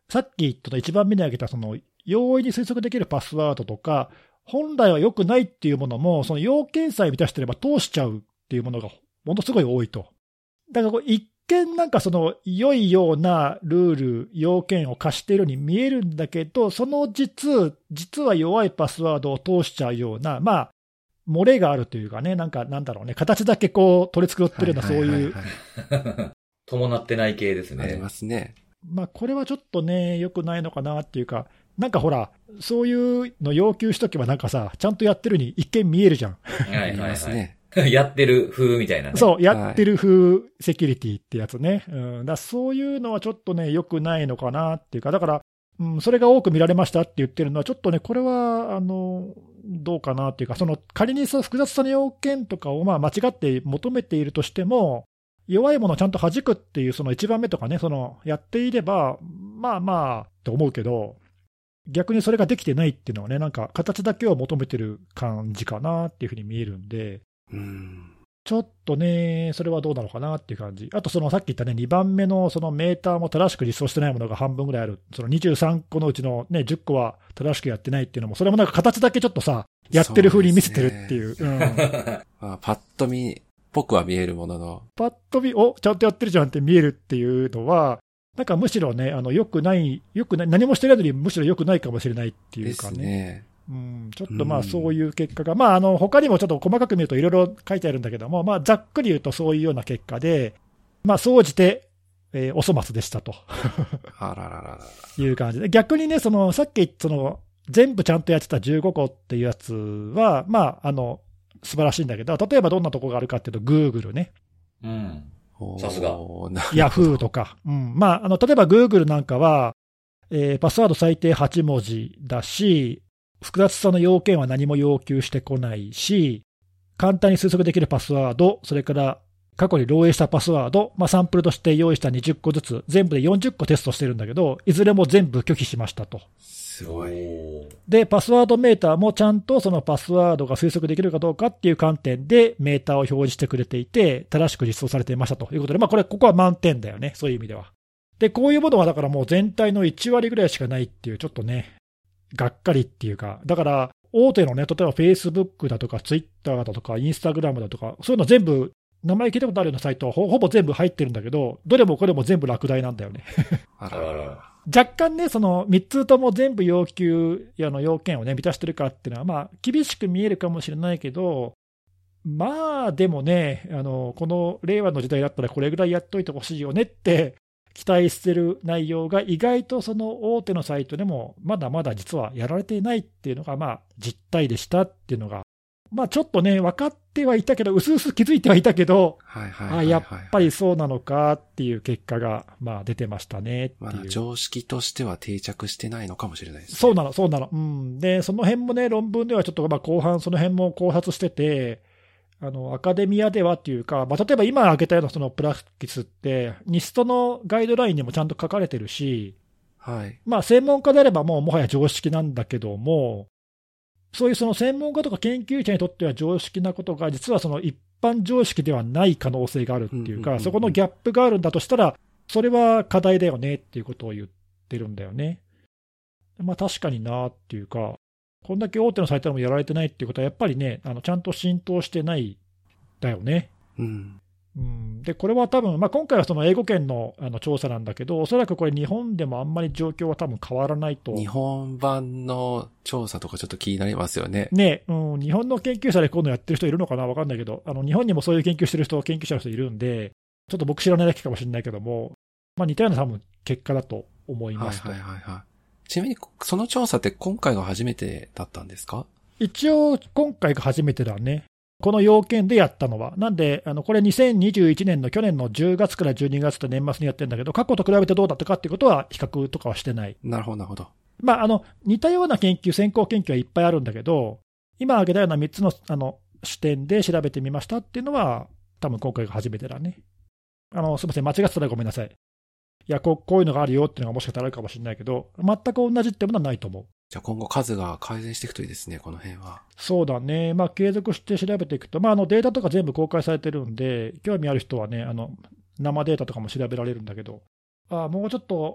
さっき言った1番目に挙げた、その容易に推測できるパスワードとか、本来は良くないっていうものも、その要件さえ満たしてれば通しちゃうっていうものがものすごい多いと。だから一見なんかその良いようなルール、要件を課しているように見えるんだけど、その実は弱いパスワードを通しちゃうような、まあ、漏れがあるというかね、なんだろうね、形だけこう取り繕ってるような、そういう。 伴ってない系ですね。 ありますね。 まあ、これはちょっとね、良くないのかなっていうか、なんかほら、そういうの要求しとけばなんかさ、ちゃんとやってるに一見見えるじゃん。 はいはいはい。 ね、 やってる風みたいなね。 そう、やってる風セキュリティってやつね。だそういうのはちょっとね、良くないのかなっていうか、だから、それが多く見られましたって言ってるのは、ちょっとね、これは、どうかなっていうか、その仮に複雑さの要件とかをまあ間違って求めているとしても、弱いものをちゃんと弾くっていう、その1番目とかね、そのやっていれば、まあまあと思うけど、逆にそれができてないっていうのはね、なんか形だけを求めてる感じかなっていうふうに見えるんで、ちょっとね、それはどうなのかなっていう感じ。あと、そのさっき言ったね、2番目のそのメーターも正しく実装してないものが半分ぐらいある。その23個のうちのね、10個は正しくやってないっていうのも、それもなんか形だけちょっとさ、やってる風に見せてるっていう。 パッと見、僕は見えるものの。 パッと見、ちゃんとやってるじゃんって見えるっていうのは、なんかむしろね、良くない、何もしてないのにむしろ良くないかもしれないっていうかね。 ですね。 ちょっとまあそういう結果が、まあ他にもちょっと細かく見るといろいろ書いてあるんだけども、まあざっくり言うとそういうような結果で、まあ総じて、お粗末でしたという感じで、逆にね、そのさっき全部ちゃんとやってた15個っていうやつは、まあ素晴らしいんだけど、例えばどんなとこがあるかっていうと、Google ね。 さすが。 ヤフーとか。まあ、例えば Google なんかは、パスワード最低8文字だし、複雑さの要件は何も要求してこないし、簡単に推測できるパスワード、それから過去に漏洩したパスワード、まあ、サンプルとして用意した20個ずつ、全部で40個テストしてるんだけど、いずれも全部拒否しましたと。 すごい。 で、パスワードメーターもちゃんとそのパスワードが推測できるかどうかっていう観点でメーターを表示してくれていて、正しく実装されていましたということで、まあここは満点だよね、そういう意味では。で、こういうものはだからもう全体の1割ぐらいしかないっていう、ちょっとね、がっかりっていうか、だから大手のね、例えば Facebook だとか Twitter だとか Instagram だとか、そういうの全部、名前聞いたことあるようなサイトはほぼ全部入ってるんだけど、どれもこれも全部落第なんだよね。若干ね、その3つとも全部要件をね、満たしてるかっていうのは、まあ、厳しく見えるかもしれないけど、まあ、でもね、この令和の時代だったらこれぐらいやっといてほしいよねって期待してる内容が意外とその大手のサイトでもまだまだ実はやられていないっていうのが、まあ、実態でしたっていうのが、まあ、ちょっとね、分かってはいたけど、うすうす気づいてはいたけど、やっぱりそうなのかっていう結果が、まあ、出てましたねっていう。 まだ常識としては定着してないのかもしれないですね。 そうなの。で、その辺もね、論文ではちょっとまあ後半その辺も考察してて、アカデミアではっていうか、まあ、例えば今挙げたようなそのプラクティスって、ニストのガイドラインにもちゃんと書かれてるし、まあ、専門家であればもはや常識なんだけども、そういうその専門家とか研究者にとっては常識なことが、実はその一般常識ではない可能性があるっていうか、そこのギャップがあるんだとしたら、それは課題だよねっていうことを言ってるんだよね。まあ確かになっていうか、こんだけ大手のサイトでもやられてないっていうことは、やっぱりね、ちゃんと浸透してないだよね。で、これは多分、まあ、今回はその英語圏の調査なんだけど、おそらくこれ日本でもあんまり状況は多分変わらないと。 日本版の調査とかちょっと気になりますよね。 日本の研究者でこういうのやってる人いるのかなわかんないけど、日本にもそういう研究してる研究者の人いるんで、ちょっと僕知らないだけかもしれないけども、まあ、似たような多分結果だと思いますと。 ちなみに、その調査って今回が初めてだったんですか？ 一応、今回が初めてだね。この要件でやったのは。なんで、これ2021年の去年の10月から12月と年末にやってるんだけど、過去と比べてどうだったかっていうことは比較とかはしてない。 なるほど。 まあ、似たような先行研究はいっぱいあるんだけど、今挙げたような3つの視点で調べてみましたっていうのは、多分今回が初めてだね。すみません、間違ってたらごめんなさい。いや、こういうのがあるよっていうのがもしかしたらあるかもしれないけど、全く同じってものはないと思う。 じゃあ今後数が改善していくといいですね、この辺は。 そうだね。まあ継続して調べていくと、まあデータとか全部公開されてるんで、興味ある人はね、生データとかも調べられるんだけど、もうちょっと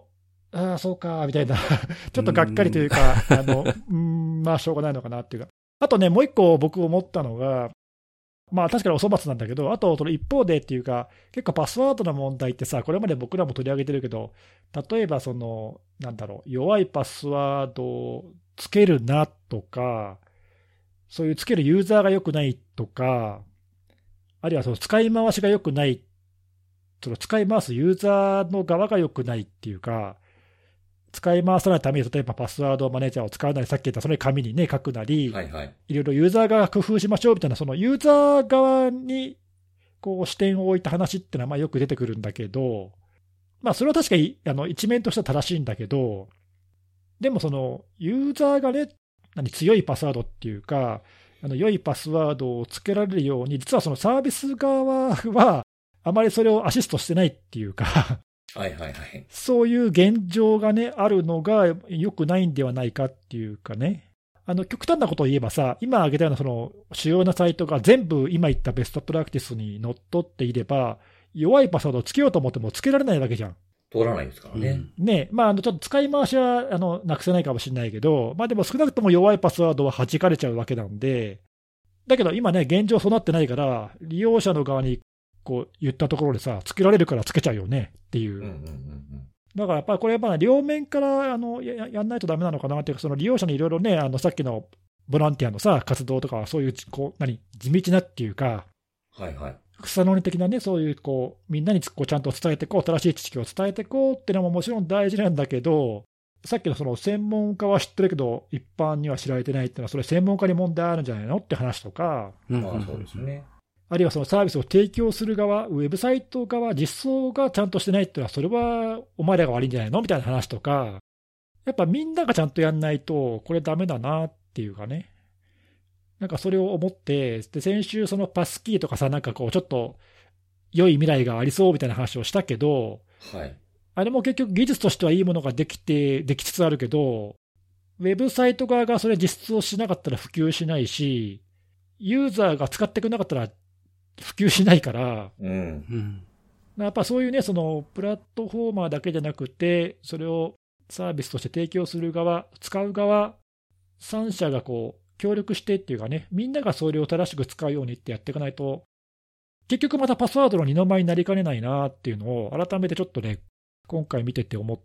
ああ、そうか、みたいな、ちょっとがっかりというか、まあ、しょうがないのかなっていうか。あとね、もう一個僕思ったのが、まあ確かにお粗末なんだけど、あとその一方でっていうか、結構パスワードの問題ってさ、これまで僕らも取り上げてるけど、例えばその、なんだろう、弱いパスワードをつけるなとか、そういうつけるユーザーが良くないとか、あるいはその使い回しが良くない、その使い回すユーザーの側が良くないっていうか、使い回さないために、例えばパスワードマネージャーを使うなり、さっき言ったその紙にね、書くなり、 はいはい。 いろいろユーザー側が工夫しましょうみたいな、そのユーザー側にこう視点を置いた話っていうのはまあよく出てくるんだけど、まあ、それは確かに一面としては正しいんだけど、でもそのユーザーがね、強いパスワードっていうか、良いパスワードをつけられるように、実はそのサービス側は、あまりそれをアシストしてないっていうかはいはいはい。 そういう現状がね、あるのが良くないんではないかっていうかね。極端なことを言えばさ、今挙げたようなその主要なサイトが全部今言ったベストプラクティスにのっとっていれば、弱いパスワードをつけようと思ってもつけられないわけじゃん。 通らないですからね。 ね、まあ、ちょっと使い回しはなくせないかもしれないけど、まあでも少なくとも弱いパスワードは弾かれちゃうわけなんで、だけど今ね、現状そうなってないから、利用者の側にこう言ったところでさ、つけられるからつけちゃうよねっていう。 うんうんうんうん。 だからやっぱりこれ、両面からやんないとダメなのかなっていうか、その利用者にいろいろね、さっきのボランティアのさ、活動とかは、そういうこう地道なっていうか、 はいはい。 草の根的なね、そういうこうみんなにこうちゃんと伝えていこう、正しい知識を伝えていこうっていうのももちろん大事なんだけど、さっきのその専門家は知ってるけど、一般には知られてないっていうのは、それ専門家に問題あるんじゃないのって話とか、 まあそうですね。 あるいはそのサービスを提供する側、ウェブサイト側、実装がちゃんとしてないっていうのは、それはお前らが悪いんじゃないのみたいな話とか、やっぱみんながちゃんとやんないと、これダメだなっていうかね。なんかそれを思って、で先週、そのパスキーとかさ、なんかこう、ちょっと良い未来がありそうみたいな話をしたけど、 はい。 あれも結局、技術としてはいいものができつつあるけど、ウェブサイト側がそれ実装しなかったら普及しないし、ユーザーが使ってくれなかったら普及しないから、 うん。 やっぱそういうね、そのプラットフォーマーだけじゃなくて、それをサービスとして提供する側、使う側、3社がこう協力してっていうかね、みんながそれを正しく使うようにってやっていかないと、結局またパスワードの二の舞になりかねないなっていうのを、改めてちょっとね、今回見てて思って、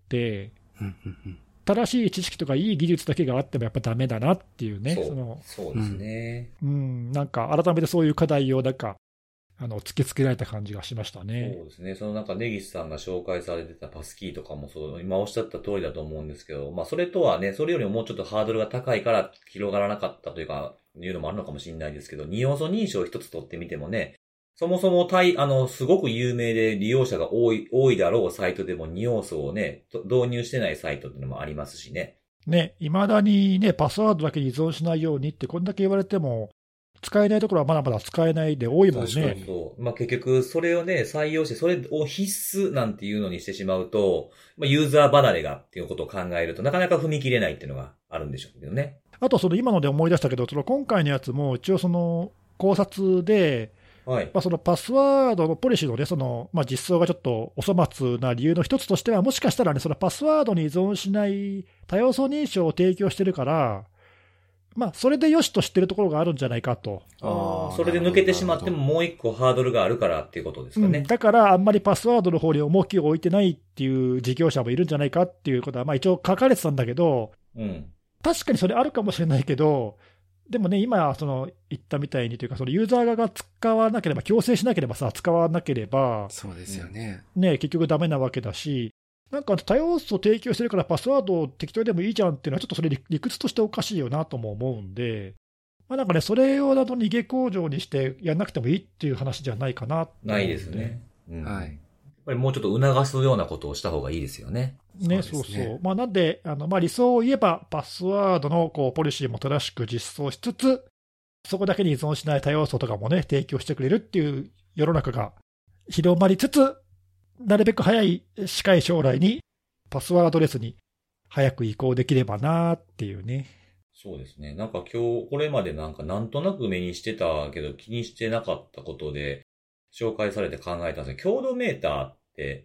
正しい知識とかいい技術だけがあってもやっぱダメだなっていうね、 そうですね。 なんか改めてそういう課題をなんか突きつけられた感じがしましたね。 そうですね。そのなんか根岸さんが紹介されてたパスキーとかもそう、今おっしゃった通りだと思うんですけど、まあそれとはね、それよりももうちょっとハードルが高いから広がらなかったというか、いうのもあるのかもしれないですけど、二要素認証一つ取ってみてもね、そもそもすごく有名で利用者が多いだろうサイトでも二要素をね、導入してないサイトっていうのもありますしね。 ね、未だにね、パスワードだけに依存しないようにって、こんだけ言われても、使えないところはまだまだ使えないで多いもんね。 そう。まあ、結局、それをね、採用して、それを必須なんていうのにしてしまうと、まあ、ユーザー離れがっていうことを考えると、なかなか踏み切れないっていうのがあるんでしょうけどね。 あと、その今ので思い出したけど、その今回のやつも、一応その考察で、 はい。 まあ、そのパスワードのポリシーのね、実装がちょっとお粗末な理由の一つとしては、もしかしたらね、そのパスワードに依存しない多要素認証を提供してるから、まあ、それでよしとしてるところがあるんじゃないかと。 それで抜けてしまってももう一個ハードルがあるからっていうことですかね。 だからあんまりパスワードの方に重きを置いてないっていう事業者もいるんじゃないかっていうことは、まあ一応書かれてたんだけど、確かにそれあるかもしれないけど、でもね、今言ったみたいにというか、そのユーザー側が使わなければ、強制しなければさ、使わなければ、 そうですよね。 結局ダメなわけだし、なんか多要素を提供してるからパスワードを適当でもいいじゃんっていうのは、ちょっとそれ理屈としておかしいよなとも思うんで、まあ、なんかね、それを逃げ工場にしてやんなくてもいいっていう話じゃないかな、 ないですね。 はい。 やっぱりもうちょっと促すようなことをした方がいいですよね。 そうそう。まあ、なんで、理想を言えば、パスワードのポリシーも正しく実装しつつ、そこだけに依存しない多要素とかもね、提供してくれるっていう世の中が広まりつつ、なるべく早い近い将来にパスワードレスに早く移行できればなっていうね。 そうですね。なんか今日これまでなんとなく目にしてたけど気にしてなかったことで紹介されて考えたんですけど、強度メーターって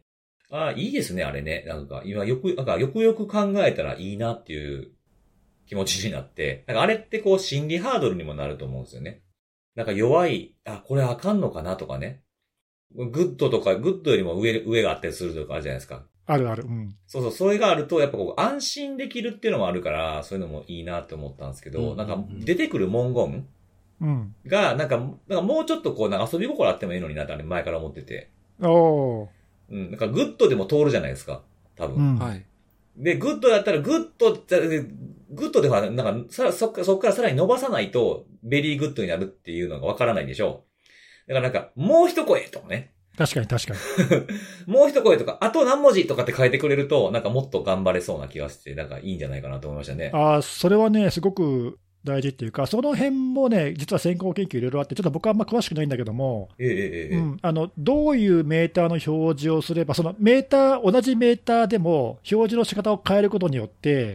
いいですね、あれね。なんかよくよく考えたらいいなっていう気持ちになって、なんかあれってこう心理ハードルにもなると思うんですよね。なんか弱い、これあかんのかなとかね。グッドよりも上があったりするとかあるじゃないですか。 あるある。うん。 そう、それがあると、やっぱこう安心できるっていうのもあるから、そういうのもいいなって思ったんですけど、なんか出てくる文言が、なんかもうちょっとこう、なんか遊び心あってもいいのになって前から思ってて。なんかグッドでも通るじゃないですか。多分。はい。で、グッドだったらグッドでは、なんか、そっからさらに伸ばさないと、ベリーグッドになるっていうのがわからないでしょ。だからなんか、もう一声とかね。 確かに。 もう一声とか、あと何文字とかって書いてくれると、なんかもっと頑張れそうな気がして、なんかいいんじゃないかなと思いましたね。 それはね、すごく大事っていうか、その辺もね、実は先行研究いろいろあって、ちょっと僕はあんま詳しくないんだけども、どういうメーターの表示をすれば、そのメーター、同じメーターでも表示の仕方を変えることによって、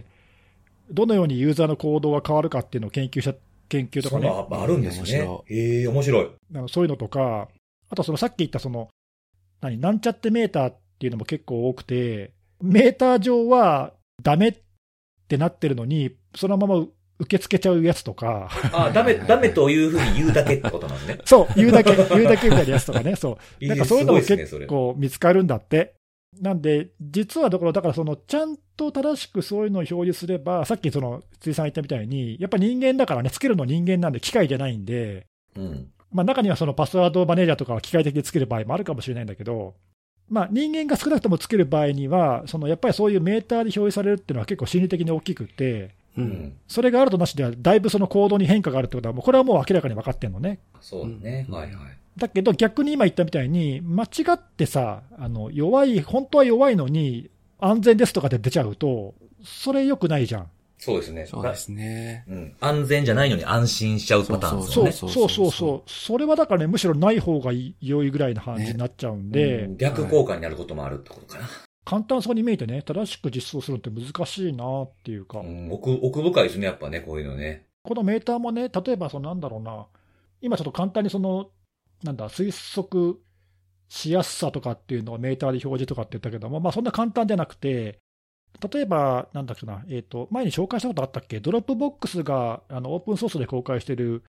どのようにユーザーの行動が変わるかっていうのを研究とかね。 あるんですね。面白い。 そういうのとか、あとさっき言ったなんちゃってメーターっていうのも結構多くて、メーター上はダメってなってるのに、そのまま受け付けちゃうやつとか。 ダメというふうに言うだけってことなんですね。 そう、言うだけみたいなやつとかね。そう。なんかそういうのも結構見つかるんだって。なんで、実はだからちゃんと正しくそういうのを表示すれば、さっき辻さん言ったみたいに、やっぱ人間だからね、つけるの人間なんで機械じゃないんで、中にはパスワードマネージャーとかは機械的につける場合もあるかもしれないんだけど、人間が少なくともつける場合には、やっぱりそういうメーターで表示されるっていうのは結構心理的に大きくて、それがあるとなしでは、だいぶ行動に変化があるってことは、これはもう明らかに分かってるのね。 そうね。 だけど逆に今言ったみたいに、間違ってさ、本当は弱いのに、安全ですとかで出ちゃうと、それ良くないじゃん。 そうですね。 そうですね。 安全じゃないのに安心しちゃうパターンですよね。 そう。それはだからね、むしろない方が良いぐらいな感じになっちゃうんで。 逆効果になることもあるってことかな。 簡単そうに見えてね、正しく実装するのって難しいなっていうか。 奥深いですね、やっぱね、こういうのね。 このメーターもね、例えばなんだろうな、今ちょっと簡単に推測しやすさとかっていうのをメーターで表示とかって言ったけども、そんな簡単でなくて、例えば、なんだっけな、前に紹介したことあったっけ、ドロップボックスがオープンソースで公開している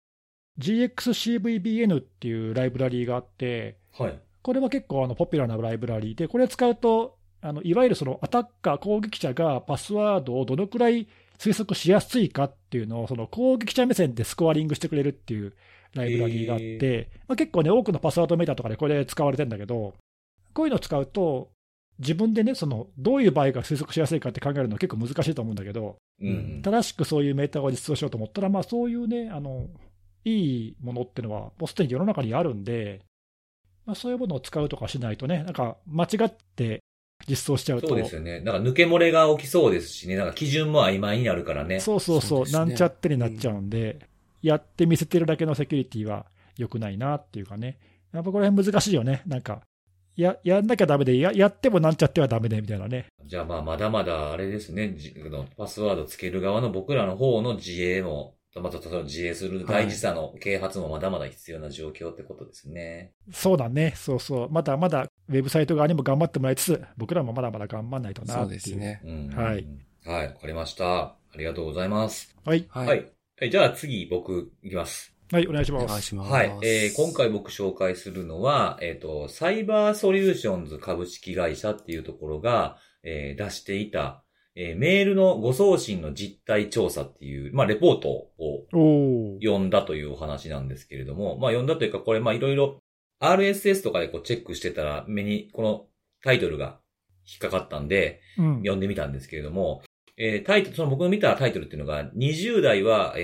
GXCVBN っていうライブラリーがあって、これは結構ポピュラーなライブラリーで、これを使うと、いわゆるアタッカー、攻撃者がパスワードをどのくらい推測しやすいかっていうのを、攻撃者目線でスコアリングしてくれるっていうライブラリーがあって、結構ね、多くのパスワードメーターとかでこれ使われてるんだけど、こういうのを使うと、自分でね、どういう場合が推測しやすいかって考えるのは結構難しいと思うんだけど、正しくそういうメーターを実装しようと思ったら、そういうね、いいものっていうのは、もうすでに世の中にあるんで、そういうものを使うとかしないとね、なんか間違って実装しちゃうと。 そうですよね。なんか抜け漏れが起きそうですしね、なんか基準も曖昧になるからね。 そう、なんちゃってになっちゃうんで、やって見せてるだけのセキュリティは良くないなっていうかね。やっぱこれ難しいよね。なんか、やんなきゃダメで、やってもなんちゃってはダメでみたいなね。 じゃあまだまだあれですね。パスワードつける側の僕らの方の自衛も、また自衛する大事さの啓発もまだまだ必要な状況ってことですね。 そうだね。そう。まだまだウェブサイト側にも頑張ってもらいつつ、僕らもまだまだ頑張らないとなっていう。 そうですね。 はい。はい、わかりました。ありがとうございます。 はい。 じゃあ次僕いきます。 はい、お願いします。 はい。今回僕紹介するのは、サイバーソリューションズ株式会社っていうところが、出していた、メールの誤送信の実態調査っていう、レポートを読んだというお話なんですけれども、読んだというか、これいろいろ RSS とかでチェックしてたら、目にこのタイトルが引っかかったんで、読んでみたんですけれども、僕の見たタイトルっていうのが、20代は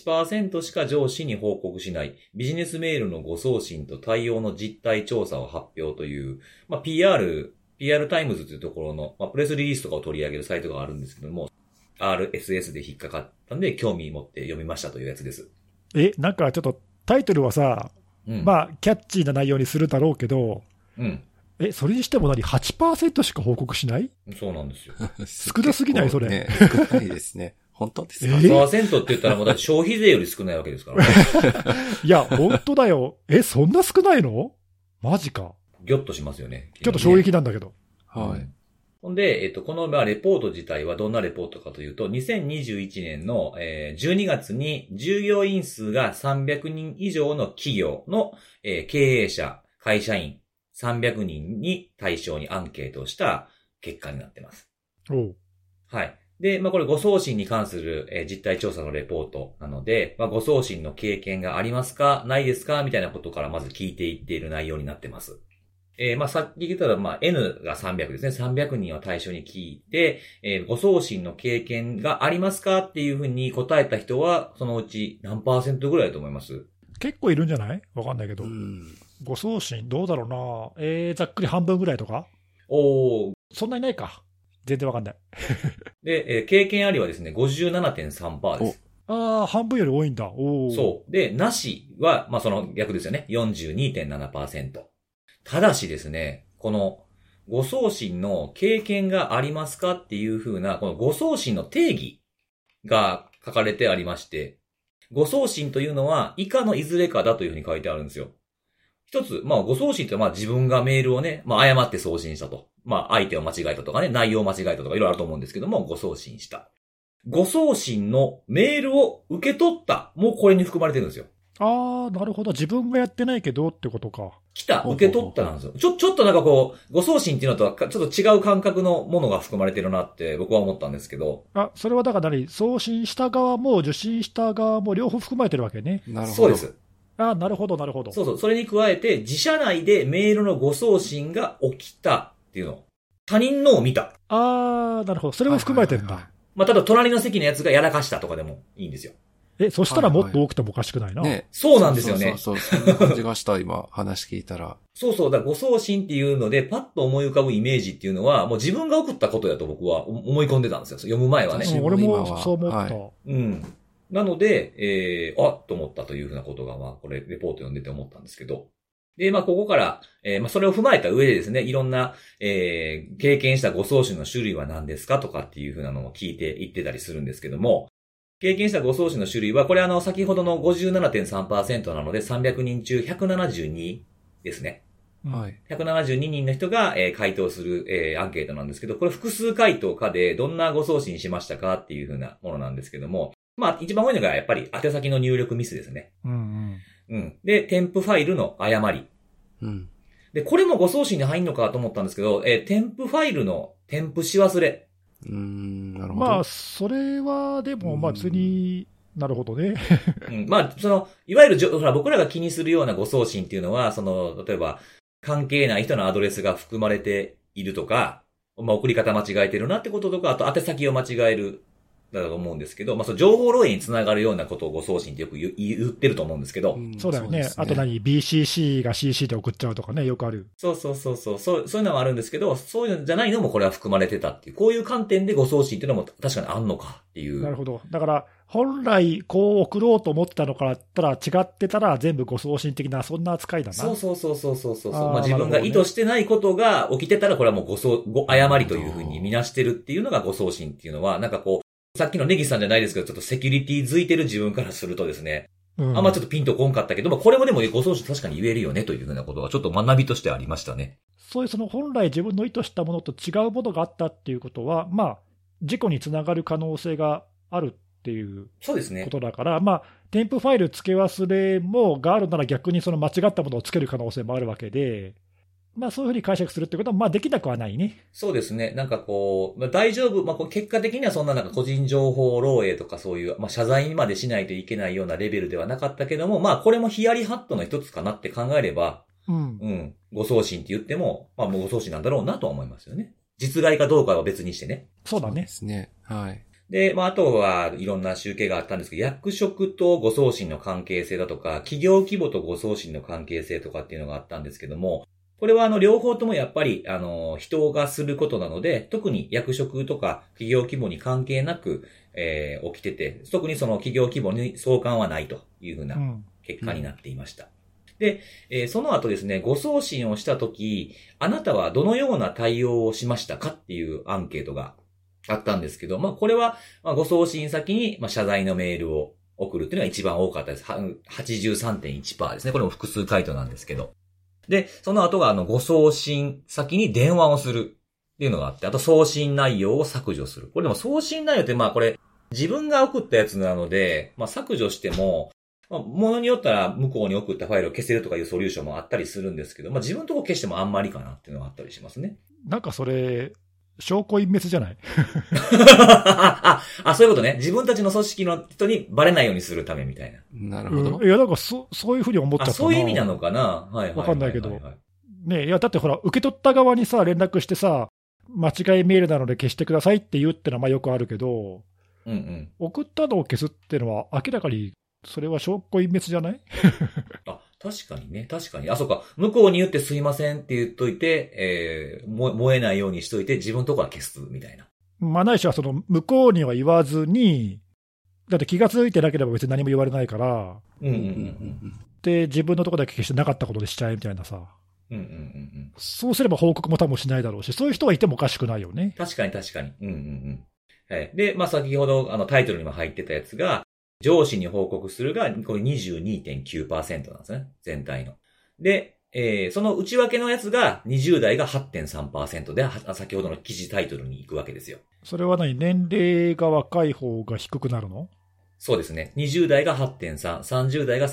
8% しか上司に報告しないビジネスメールの誤送信と対応の実態調査を発表という、PR タイムズというところの、プレスリリースとかを取り上げるサイトがあるんですけども、RSS で引っかかったんで、興味持って読みましたというやつです。 なんかちょっとタイトルはさ、キャッチーな内容にするだろうけど、それにしても8% しか報告しない？ そうなんですよ。 少なすぎないそれ。 ね、少ないですね。本当ですか？ 8% って言ったらもうだって消費税より少ないわけですからね。 いや、本当だよ。そんな少ないの？マジか。 ギョッとしますよね。 ちょっと衝撃なんだけど。 はい。 ほんで、このレポート自体はどんなレポートかというと、2021年の12月に従業員数が300人以上の企業の経営者、会社員300人に対象にアンケートをした結果になっています。はい。で、これ誤送信に関する実態調査のレポートなので、誤送信の経験がありますか、ないですかみたいなことからまず聞いていっている内容になってます。さっき言ったら、N が300ですね。300人を対象に聞いて、誤送信の経験がありますかっていうふうに答えた人は、そのうち何%ぐらいだと思います？ 結構いるんじゃない？わかんないけど。誤送信、どうだろうな。ざっくり半分ぐらいとか？そんなにないか。全然わかんない。 で、経験ありはですね、57.3% です。 半分より多いんだ。 そう。で、なしは、その逆ですよね。42.7%。ただしですね、この誤送信の経験がありますかっていう風な、この誤送信の定義が書かれてありまして、誤送信というのは以下のいずれかだという風に書いてあるんですよ。一つ、誤送信って自分がメールをね、誤って送信したと。相手を間違えたとかね、内容を間違えたとかいろいろあると思うんですけども、誤送信した。誤送信のメールを受け取った。もうこれに含まれてるんですよ。 なるほど。自分がやってないけどってことか。 来た、受け取ったなんですよ。ちょっと誤送信っていうのとはちょっと違う感覚のものが含まれてるなって僕は思ったんですけど。 それはだから送信した側も受信した側も両方含まれてるわけね。 なるほど。 そうです。 なるほど、なるほど。 そう。それに加えて、自社内でメールの誤送信が起きたっていうの。他人のを見た。 なるほど。それも含まれてるんだ。 ただ隣の席のやつがやらかしたとかでもいいんですよ。 そしたらもっと多くてもおかしくないな。 ね。そうなんですよね。 そう。そんな感じがした、今、話聞いたら。 そう。だから誤送信っていうので、パッと思い浮かぶイメージっていうのは、もう自分が送ったことだと僕は思い込んでたんですよ。読む前はね。 俺もそう思った。 なので、と思ったというふうなことが、これ、レポート読んでて思ったんですけど。で、ここから、それを踏まえた上でですね、いろんな、経験した誤送信の種類は何ですかとかっていうふうなのを聞いていってたりするんですけども、経験した誤送信の種類は、これ先ほどの 57.3% なので、300人中172ですね。 はい。 172人の人が、回答する、アンケートなんですけど、これ複数回答かで、どんな誤送信しましたかっていうふうなものなんですけども、一番多いのがやっぱり宛先の入力ミスですね。で、添付ファイルの誤り。で、これも誤送信に入んのかと思ったんですけど、添付ファイルの添付し忘れ。 なるほど。 それは、でも、別に、なるほどね。 いわゆる、僕らが気にするような誤送信っていうのは、例えば、関係ない人のアドレスが含まれているとか、送り方間違えてるなってこととか、あと宛先を間違える。だと思うんですけど、情報漏洩につながるようなことを誤送信ってよく言ってると思うんですけど。 そうだよね。あとBCC が CC で送っちゃうとかね、よくある。 そういうのはあるんですけど、そういうのじゃないのもこれは含まれてたっていう、こういう観点で誤送信っていうのも確かにあんのかっていう。 なるほど。だから、本来こう送ろうと思ってたのからったら違ってたら全部誤送信的な、そんな扱いだな。 そう。自分が意図してないことが起きてたら、これはもう誤りというふうに見なしてるっていうのが誤送信っていうのは、さっきのネギさんじゃないですけど、ちょっとセキュリティづいてる自分からするとですね、あんまちょっとピンとこんかったけど、これもでも誤送信確かに言えるよねというふうなことがちょっと学びとしてありましたね。 そういう本来自分の意図したものと違うものがあったっていうことは、事故につながる可能性があるっていうことだから、添付ファイル付け忘れがあるなら逆に間違ったものをつける可能性もあるわけで、そういうふうに解釈するってことは、できなくはないね。 そうですね。大丈夫。結果的にはそんな個人情報漏洩とかそういう、謝罪までしないといけないようなレベルではなかったけども、これもヒヤリハットの一つかなって考えれば、誤送信って言っても、もう誤送信なんだろうなとは思いますよね。実害かどうかは別にしてね。 そうだね。 そうですね。はい。 で、あとはいろんな集計があったんですけど、役職と誤送信の関係性だとか、企業規模と誤送信の関係性とかっていうのがあったんですけども、これは両方ともやっぱり人がすることなので、特に役職とか企業規模に関係なく、起きてて、特にその企業規模に相関はないというふうな結果になっていました。で、その後ですね、誤送信をしたとき、あなたはどのような対応をしましたかっていうアンケートがあったんですけど、これは誤送信先に謝罪のメールを送るっていうのが一番多かったです。83.1% ですね。これも複数回答なんですけど。で、その後が誤送信先に電話をする。 っていうのがあって、あと送信内容を削除する。これでも送信内容ってまあこれ自分が送ったやつなので、まあ削除しても、まあ、ものによったら向こうに送ったファイルを消せるとかいうソリューションもあったりするんですけど、まあ自分のとこ消してもあんまりかなっていうのがあったりしますね。 なんかそれ、証拠隠滅じゃないそういうことね。自分たちの組織の人にバレないようにするためみたいな。 なるほど。 いや、なんかそういうふうに思っちゃったな。 そういう意味なのかな。はいはいはいはいはい。 わかんないけど。ね、いや、だってほら、受け取った側にさ、連絡してさ、間違いメールなので消してくださいって言うってのはまあよくあるけど、 うんうん。 送ったのを消すってのは、明らかにそれは証拠隠滅じゃない確かにね、確かに。そうか。向こうに言ってすいませんって言っといて、燃えないようにしといて、自分のとこは消すみたいな。 まあ、ないしはその向こうには言わずに、だって気がついてなければ別に何も言われないから、で、自分のとこだけ消してなかったことでしちゃえみたいなさ。そうすれば報告も多分しないだろうし、そういう人はいてもおかしくないよね。 確かに確かに。はい。で、まあ先ほどタイトルにも入ってたやつが、上司に報告するが、これ 22.9% なんですね。全体の。で、その内訳のやつが20代が 8.3% で、先ほどの記事タイトルに行くわけですよ。 それは何？年齢が若い方が低くなるの？ そうですね。20代が 8.3%、30代が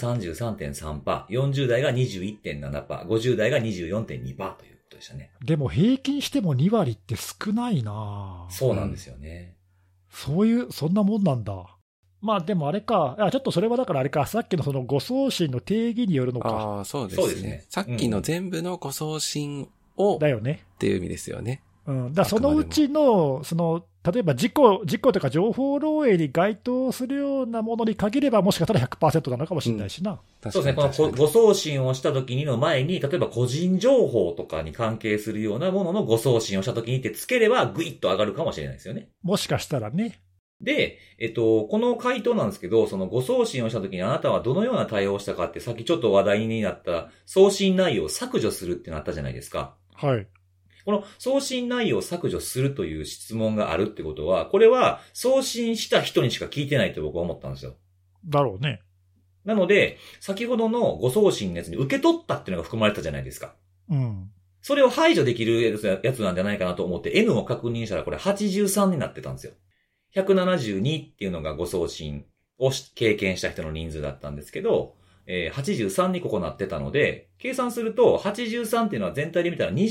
33.3%、40代が 21.7%、50代が 24.2% ということでしたね。 でも平均しても2割って少ないな。 そうなんですよね。 そんなもんなんだ。まあでもあれか、ちょっとそれはだからあれか、さっきのその誤送信の定義によるのか。 そうですね。さっきの全部の誤送信を、 だよね。 っていう意味ですよね。 だそのうちの、例えば事故とか情報漏洩に該当するようなものに限れば、もしかしたら 100% なのかもしれないしな。 そうですね。この誤送信をした時にの前に、例えば個人情報とかに関係するようなものの誤送信をした時にってつければ、グイッと上がるかもしれないですよね。 もしかしたらね。 で、この回答なんですけど、その誤送信をした時にあなたはどのような対応をしたかって、さっきちょっと話題になった送信内容を削除するってなったじゃないですか。 はい。 この送信内容を削除するという質問があるってことは、これは送信した人にしか聞いてないって僕は思ったんですよ。 だろうね。 なので、先ほどの誤送信のやつに受け取ったっていうのが含まれたじゃないですか。それを排除できるやつなんじゃないかなと思って N を確認したらこれ83になってたんですよ。172っていうのが誤送信を経験した人の人数だったんですけど、83にここなってたので、計算すると83っていうのは全体で見たら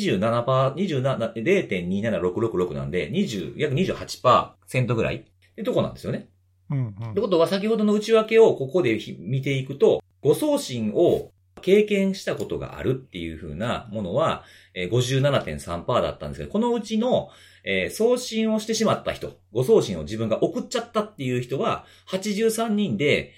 0.27666 なんで、約 28% ぐらいってとこなんですよね。ってことは先ほどの内訳をここで見ていくと、誤送信を経験したことがあるっていう風なものは 57.3% だったんですけど、このうちの送信をしてしまった人、誤送信を自分が送っちゃったっていう人は83人で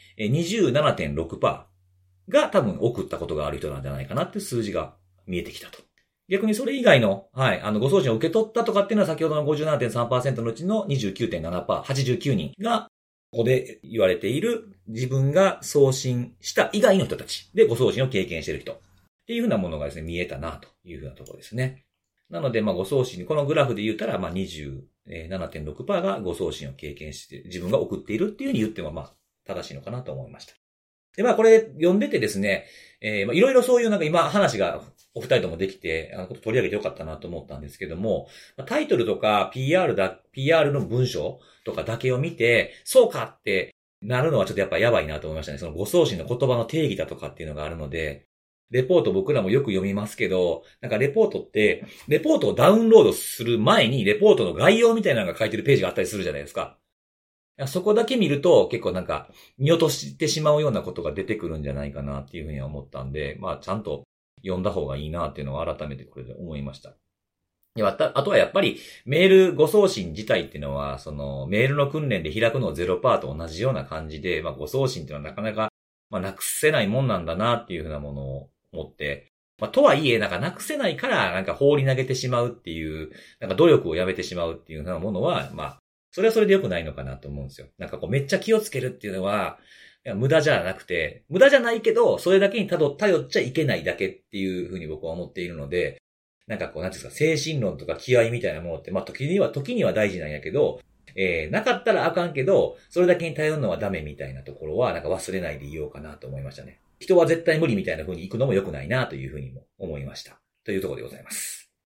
27.6% が多分送ったことがある人なんじゃないかなっていう数字が見えてきたと。逆にそれ以外の、誤送信を受け取ったとかっていうのは先ほどの 57.3% のうちの 29.7%、89人がここで言われている自分が送信した以外の人たちで誤送信を経験している人っていうふうなものがですね、見えたなというふうなところですね。なので、誤送信、このグラフで言ったら、27.6% が誤送信を経験して、自分が送っているっていうふうに言っても、正しいのかなと思いました。で、これ読んでてですね、いろいろそういう今話がお二人ともできて、取り上げてよかったなと思ったんですけども、タイトルとか PR の文章とかだけを見て、そうかってなるのはちょっとやっぱやばいなと思いましたね。その誤送信の言葉の定義だとかっていうのがあるので、レポート僕らもよく読みますけど、レポートをダウンロードする前にレポートの概要みたいなのが書いてるページがあったりするじゃないですか。そこだけ見ると結構見落としてしまうようなことが出てくるんじゃないかなっていうふうには思ったんで、ちゃんと読んだ方がいいなっていうのを改めてこれで思いました。あとはやっぱりメール誤送信自体っていうのは、そのメールの訓練で開くのを 0% と同じような感じで、誤送信っていうのはなかなかなくせないもんなんだなっていうふうなものを思って、とはいえ、なくせないから、放り投げてしまうっていう、努力をやめてしまうっていうようなものは、それはそれで良くないのかなと思うんですよ。めっちゃ気をつけるっていうのは、無駄じゃなくて、無駄じゃないけど、それだけに頼っちゃいけないだけっていうふうに僕は思っているので、なんていうんですか、精神論とか気合みたいなものって、時には大事なんやけど、なかったらあかんけど、それだけに頼るのはダメみたいなところは、忘れないでいようかなと思いましたね。人は絶対無理みたいな風に行くのも良くないなという風にも思いました。というところでございます。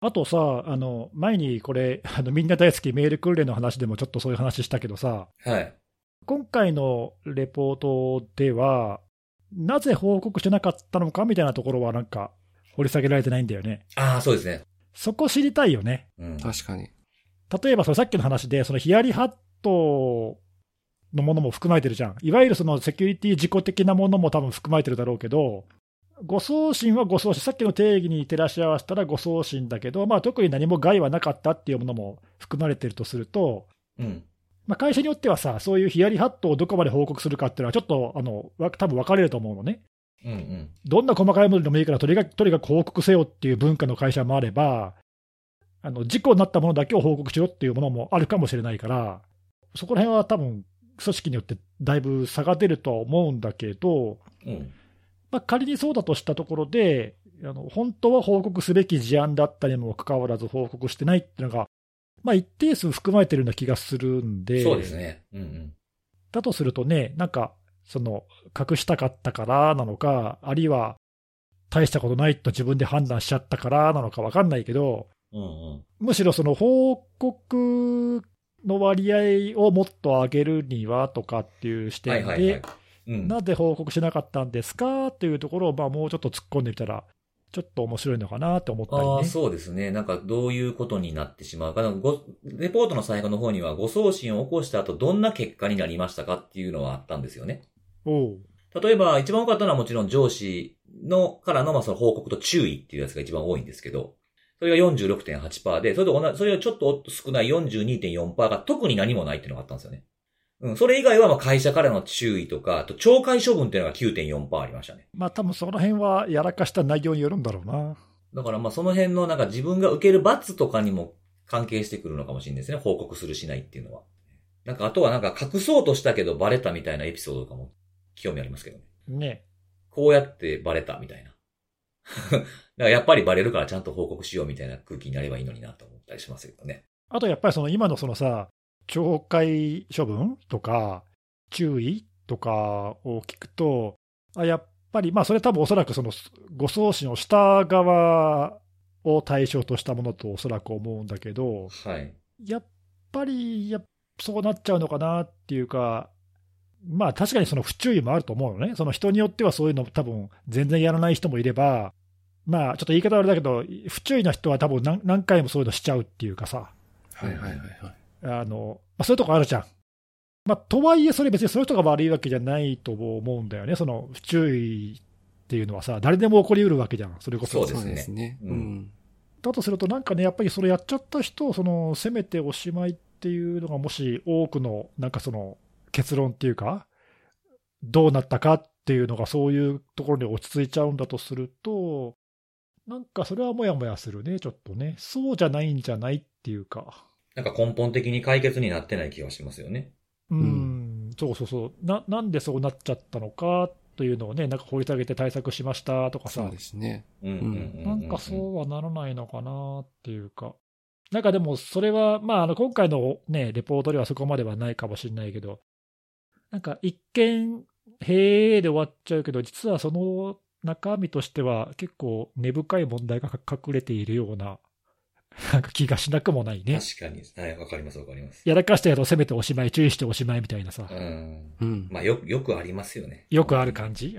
あとさ、前にこれ、みんな大好きメール訓練の話でもちょっとそういう話したけどさ、 はい。 今回のレポートでは、なぜ報告してなかったのかみたいなところはなんか掘り下げられてないんだよね。 ああ、そうですね。 そこ知りたいよね。 うん。 確かに。 例えばそのさっきの話で、そのヒヤリハットのものも含まれてるじゃん。いわゆるそのセキュリティ自己的なものも多分含まれてるだろうけど、誤送信は誤送信、さっきの定義に照らし合わせたら誤送信だけど、まあ、特に何も害はなかったっていうものも含まれてるとすると、 うん。 まあ、会社によってはさ、そういうヒヤリハットをどこまで報告するかっていうのは、ちょっと多分分かれると思うのね。 うんうん。 どんな細かいものでもいいから、とにかく報告せよっていう文化の会社もあれば、事故になったものだけを報告しろっていうものもあるかもしれないから、そこら辺は多分組織によってだいぶ差が出るとは思うんだけど、 うん。 まあ、仮にそうだとしたところで、本当は報告すべき事案だったにもかかわらず報告してないっていうのが、まあ、一定数含まれてるような気がするんで、 そうですね。うんうん。 だとするとね、なんか、隠したかったからなのか、あるいは大したことないと自分で判断しちゃったからなのか分かんないけど、 うんうん。 むしろその報告の割合をもっと上げるにはとかっていう視点はいはいはい。 で、 うん。 なぜ報告しなかったんですかっていうところを、まあ、もうちょっと突っ込んでみたら、ちょっと面白いのかなって思ったりああ、 ね。 そうですね。なんかどういうことになってしまうか。レポートの最後の方には誤送信を起こした後どんな結果になりましたかっていうのはあったんですよね。 おう例えば一番多かったのはもちろん上司からのその報告と注意っていうやつが一番多いんですけど、それが 46.8% で、それよりちょっと少ない 42.4% が特に何もないっていうのがあったんですよね。うん、それ以外はまあ会社からの注意とか、あと懲戒処分っていうのが 9.4% ありましたね。 まあ、多分その辺はやらかした内容によるんだろうな。 だからまあその辺のなんか自分が受ける罰とかにも関係してくるのかもしれないですね。報告するしないっていうのは。なんかあとはなんか隠そうとしたけどバレたみたいなエピソードとかも興味ありますけどね。 ね。 こうやってバレたみたいな。だからやっぱりバレるからちゃんと報告しようみたいな空気になればいいのになと思ったりしますけどね。 あとやっぱり今のさ、懲戒処分とか、注意とかを聞くと、やっぱり、まあ、それ多分おそらく誤送信をした側を対象としたものとおそらく思うんだけど、 はい。 やっぱりそうなっちゃうのかなっていうか、まあ確かにその不注意もあると思うのね、その人によってはそういうの多分全然やらない人もいれば、まあちょっと言い方はあれだけど、不注意な人は多分何回もそういうのしちゃうっていうかさ、 はいはいはいはい。 まあ、そういうとこあるじゃん。まあ、とはいえ、それ別にその人が悪いわけじゃないと思うんだよね、その不注意っていうのはさ、誰でも起こりうるわけじゃん、それこそ。 そうですね。 ね。 うん。 だとすると、なんかね、やっぱりそれやっちゃった人を責めておしまいっていうのが、もし多くのなんか結論っていうか、どうなったかっていうのが、そういうところに落ち着いちゃうんだとすると、なんかそれはもやもやするね、ちょっとね、そうじゃないんじゃないっていうか。 なんか根本的に解決になってない気がしますよね。 そうそうそうなんでそうなっちゃったのかというのをね、なんか掘り下げて対策しましたとかさ、 そうですね。 なんかそうはならないのかなっていうか、なんかでもそれは、まあ、今回のね、レポートではそこまではないかもしれないけど、なんか一見、へーで終わっちゃうけど、実はその中身としては結構根深い問題が隠れているような、なんか気がしなくもないね。 確かに。はい、わかりますわかります。 やらかしたやつを責めておしまい、注意しておしまいみたいなさ。 まあよくありますよね。 よくある感じ。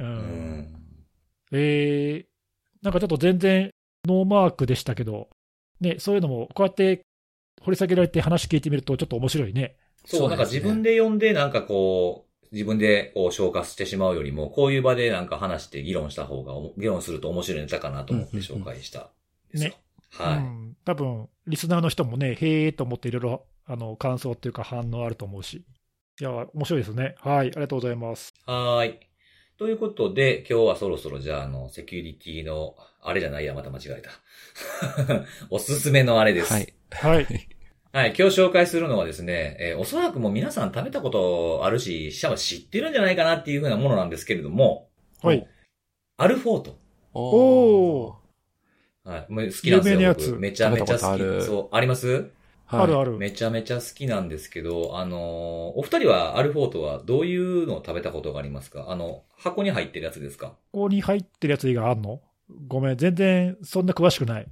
なんかちょっと全然ノーマークでしたけど、ね、そういうのもこうやって掘り下げられて話聞いてみるとちょっと面白いね。 そう、なんか自分で読んでなんかこう、自分でこう消化してしまうよりも、こういう場でなんか話して議論した方が、議論すると面白いネタかなと思って紹介したですよ。 ね。 はい。 多分、リスナーの人もね、へーと思っていろいろ、感想っていうか反応あると思うし。いや、面白いですね。はい、ありがとうございます。 はい。ということで、今日はそろそろじゃあ、セキュリティの、あれじゃないや、また間違えた。おすすめのあれです。 はい。 はい。 はい、今日紹介するのはですね、おそらくもう皆さん食べたことあるし、シャワ知ってるんじゃないかなっていう風なものなんですけれども、 はい。 アルフォート。 おー。 はい。もう好きなんですよ。 有名なやつ。 僕めちゃめちゃ好き。そう、あります？ はい、あるある。 めちゃめちゃ好きなんですけど、お二人はアルフォートはどういうのを食べたことがありますか？箱に入ってるやつですか？ 箱に入ってるやつ以外あんの？ごめん、全然そんな詳しくない。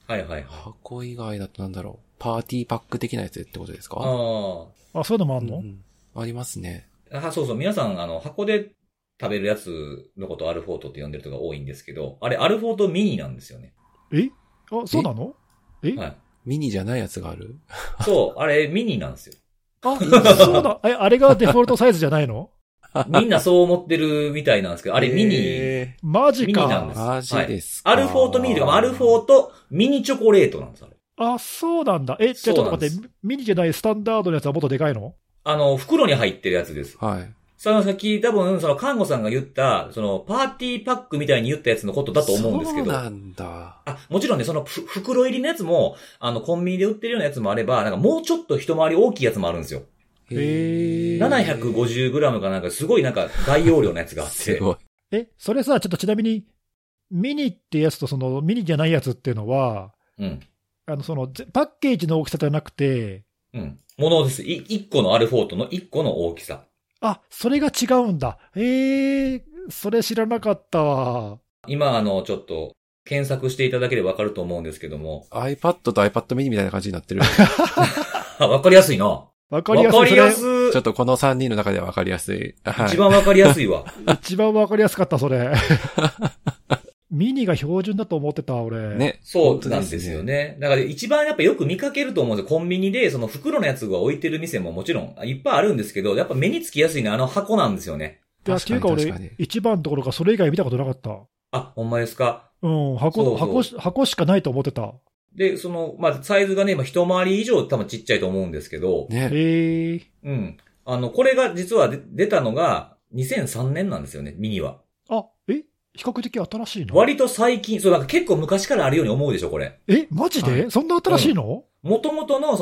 はいはいはい。 箱以外だとなんだろう。パーティーパック的なやつってことですか？ ああ、そういうのもあんの？ ありますね。 あ。そうそう。皆さん、箱で食べるやつのことをアルフォートって呼んでる人が多いんですけど、あれ、アルフォートミニなんですよね。 あ、そうなの？ はい。 ミニじゃないやつがある？ そう、あれ、ミニなんですよ。 あ、そうだ。あれがデフォルトサイズじゃないの？ みんなそう思ってるみたいなんですけど、あれミニ、 マジか。 ミニなんです。 マジですか。 アルフォートミニとか、アルフォートミニチョコレートなんです、あれ。 あ、そうなんだ。じゃあちょっと待って、ミニじゃないスタンダードのやつはもっとでかいの？ 袋に入ってるやつです。 はい。 さっき多分、看護さんが言った、パーティーパックみたいに言ったやつのことだと思うんですけど。 そうなんだ。 もちろんね、袋入りのやつも、コンビニで売ってるようなやつもあれば、なんかもうちょっと一回り大きいやつもあるんですよ。750g かなんかすごいなんか大容量のやつがあって。 すごい。 それさ、ちょっとちなみに、ミニってやつとそのミニじゃないやつっていうのは、 うん。 パッケージの大きさじゃなくて、 うん。ものです。1個のアルフォートの1個の大きさ。 あ、それが違うんだ。それ知らなかったわ。 今ちょっと、検索していただければわかると思うんですけども。 iPad と iPad mini みたいな感じになってる。 わかりやすいな。 わかりやすい。 ちょっとこの3人の中ではわかりやすい。 はい、一番わかりやすいわ。 一番わかりやすかった、それ。ミニが標準だと思ってた、俺。 ね。そうなんですよね。だから一番やっぱよく見かけると思うんですよ。コンビニで、袋のやつが置いてる店ももちろんいっぱいあるんですけど、やっぱ目につきやすいのは箱なんですよね。 っていうか俺、一番のところかそれ以外見たことなかった。 あ、ほんまですか？ うん、箱しかないと思ってた。 で、サイズがね、一回り以上多分ちっちゃいと思うんですけど。 ね。 うん。これが実は出たのが2003年なんですよね、ミニは。 比較的新しいの？ 割と最近、なんか結構昔からあるように思うでしょ、これ。 マジで、はい、そんな新しいの？ 元々の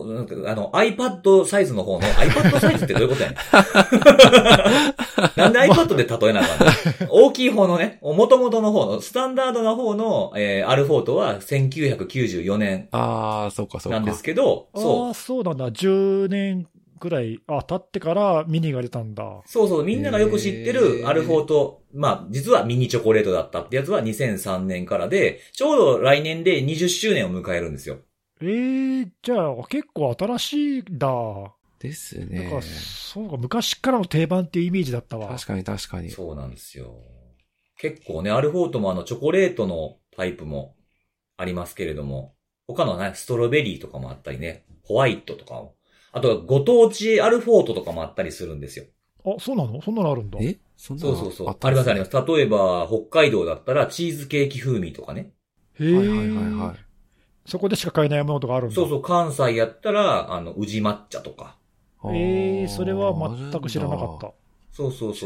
iPad サイズの方の、iPad サイズってどういうことやねん。なんで iPad で例えなあかんの？大きい方のね、元々の方の、スタンダードな方の、アルフォートは1994年。 そうかそうか。 なんですけど、 そうなんだ。10年くらい、経ってからミニが出たんだ。 そう、みんながよく知ってるアルフォート、実はミニチョコレートだったってやつは2003年からで、ちょうど来年で20周年を迎えるんですよ。 じゃあ結構新しいんだ。 ですね。 なんかそうか、昔からの定番っていうイメージだったわ。 確かに確かに。 そうなんですよ。結構ね、アルフォートもチョコレートのタイプもありますけれども、他のね、ストロベリーとかもあったりね、ホワイトとかも。あとはご当地アルフォートとかもあったりするんですよ。 そうなの？そんなのあるんだ。 そう。ありますあります。例えば、北海道だったらチーズケーキ風味とかね。 はい。 そこでしか買えないものとかあるんだ。 そう、関西やったら、宇治抹茶とか。 それは全く知らなかった。 そう。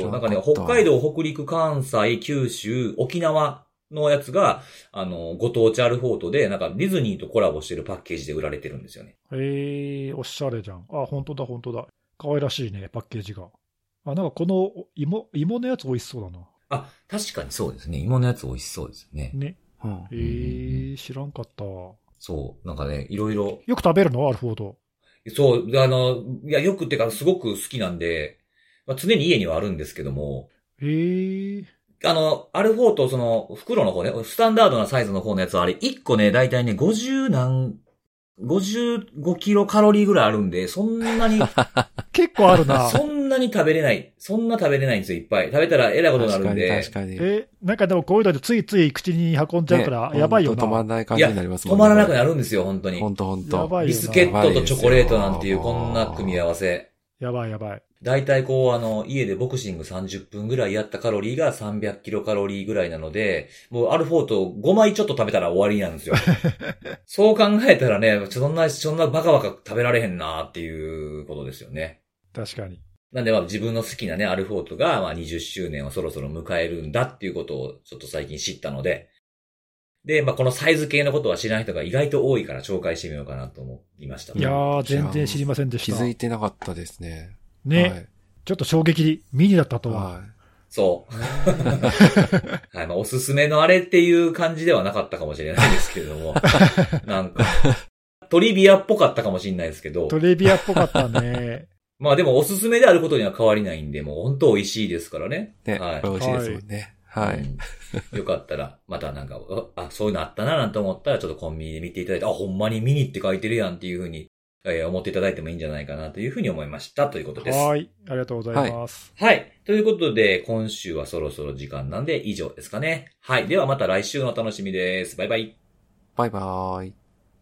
なんかね、北海道、北陸、関西、九州、沖縄のやつが、ご当地アルフォートで、なんかディズニーとコラボしてるパッケージで売られてるんですよね。 おしゃれじゃん。本当だ。可愛らしいね、パッケージが。なんかこの芋のやつ美味しそうだな。 確かにそうですね。芋のやつ美味しそうですね。 ね。知らんかった。 そう。なんかね、いろいろ。 よく食べるの？アルフォート。 そう。よくってか、すごく好きなんで、常に家にはあるんですけども。アルフォート、袋の方ね、スタンダードなサイズの方のやつはあれ、1個ね、だいたいね、55キロカロリーぐらいあるんで、そんなに。 結構あるな。 そんなに食べれない。そんな食べれないんですよ、いっぱい。食べたらえらいことになるんで。 確かに。 なんかでもこういうのでついつい口に運んじゃうから、やばいよな。 止まらない感じになりますもんね。止まらなくなるんですよ、本当に。 本当。 やばいよな。 ビスケットとチョコレートなんていうこんな組み合わせ。 やばい。 だいたい家でボクシング30分ぐらいやったカロリーが300キロカロリーぐらいなので、もうアルフォート5枚ちょっと食べたら終わりなんですよ。そう考えたらね、そんなバカバカ食べられへんなっていうことですよね。 確かに。 なんで自分の好きなね、アルフォートが20周年をそろそろ迎えるんだっていうことをちょっと最近知ったので、で、このサイズ系のことは知らない人が意外と多いから紹介してみようかなと思いました。 いやー、全然知りませんでした。 気づいてなかったですね。 ね。はい、ちょっと衝撃、ミニだったとは。 そう。はい。おすすめのあれっていう感じではなかったかもしれないですけれども。なんか、トリビアっぽかったかもしれないですけど。 トリビアっぽかったね。 でもおすすめであることには変わりないんで、もう本当美味しいですからね。 ね。はい。美味しいですもんね。 はい。 よかったら、またなんか、そういうのあったななんて思ったら、ちょっとコンビニで見ていただいて、ほんまにミニって書いてるやんっていうふうに、思っていただいてもいいんじゃないかなというふうに思いましたということです。 はい。ありがとうございます。 はい。ということで、今週はそろそろ時間なんで以上ですかね。はい。ではまた来週のお楽しみです。バイバイ。 バイバーイ。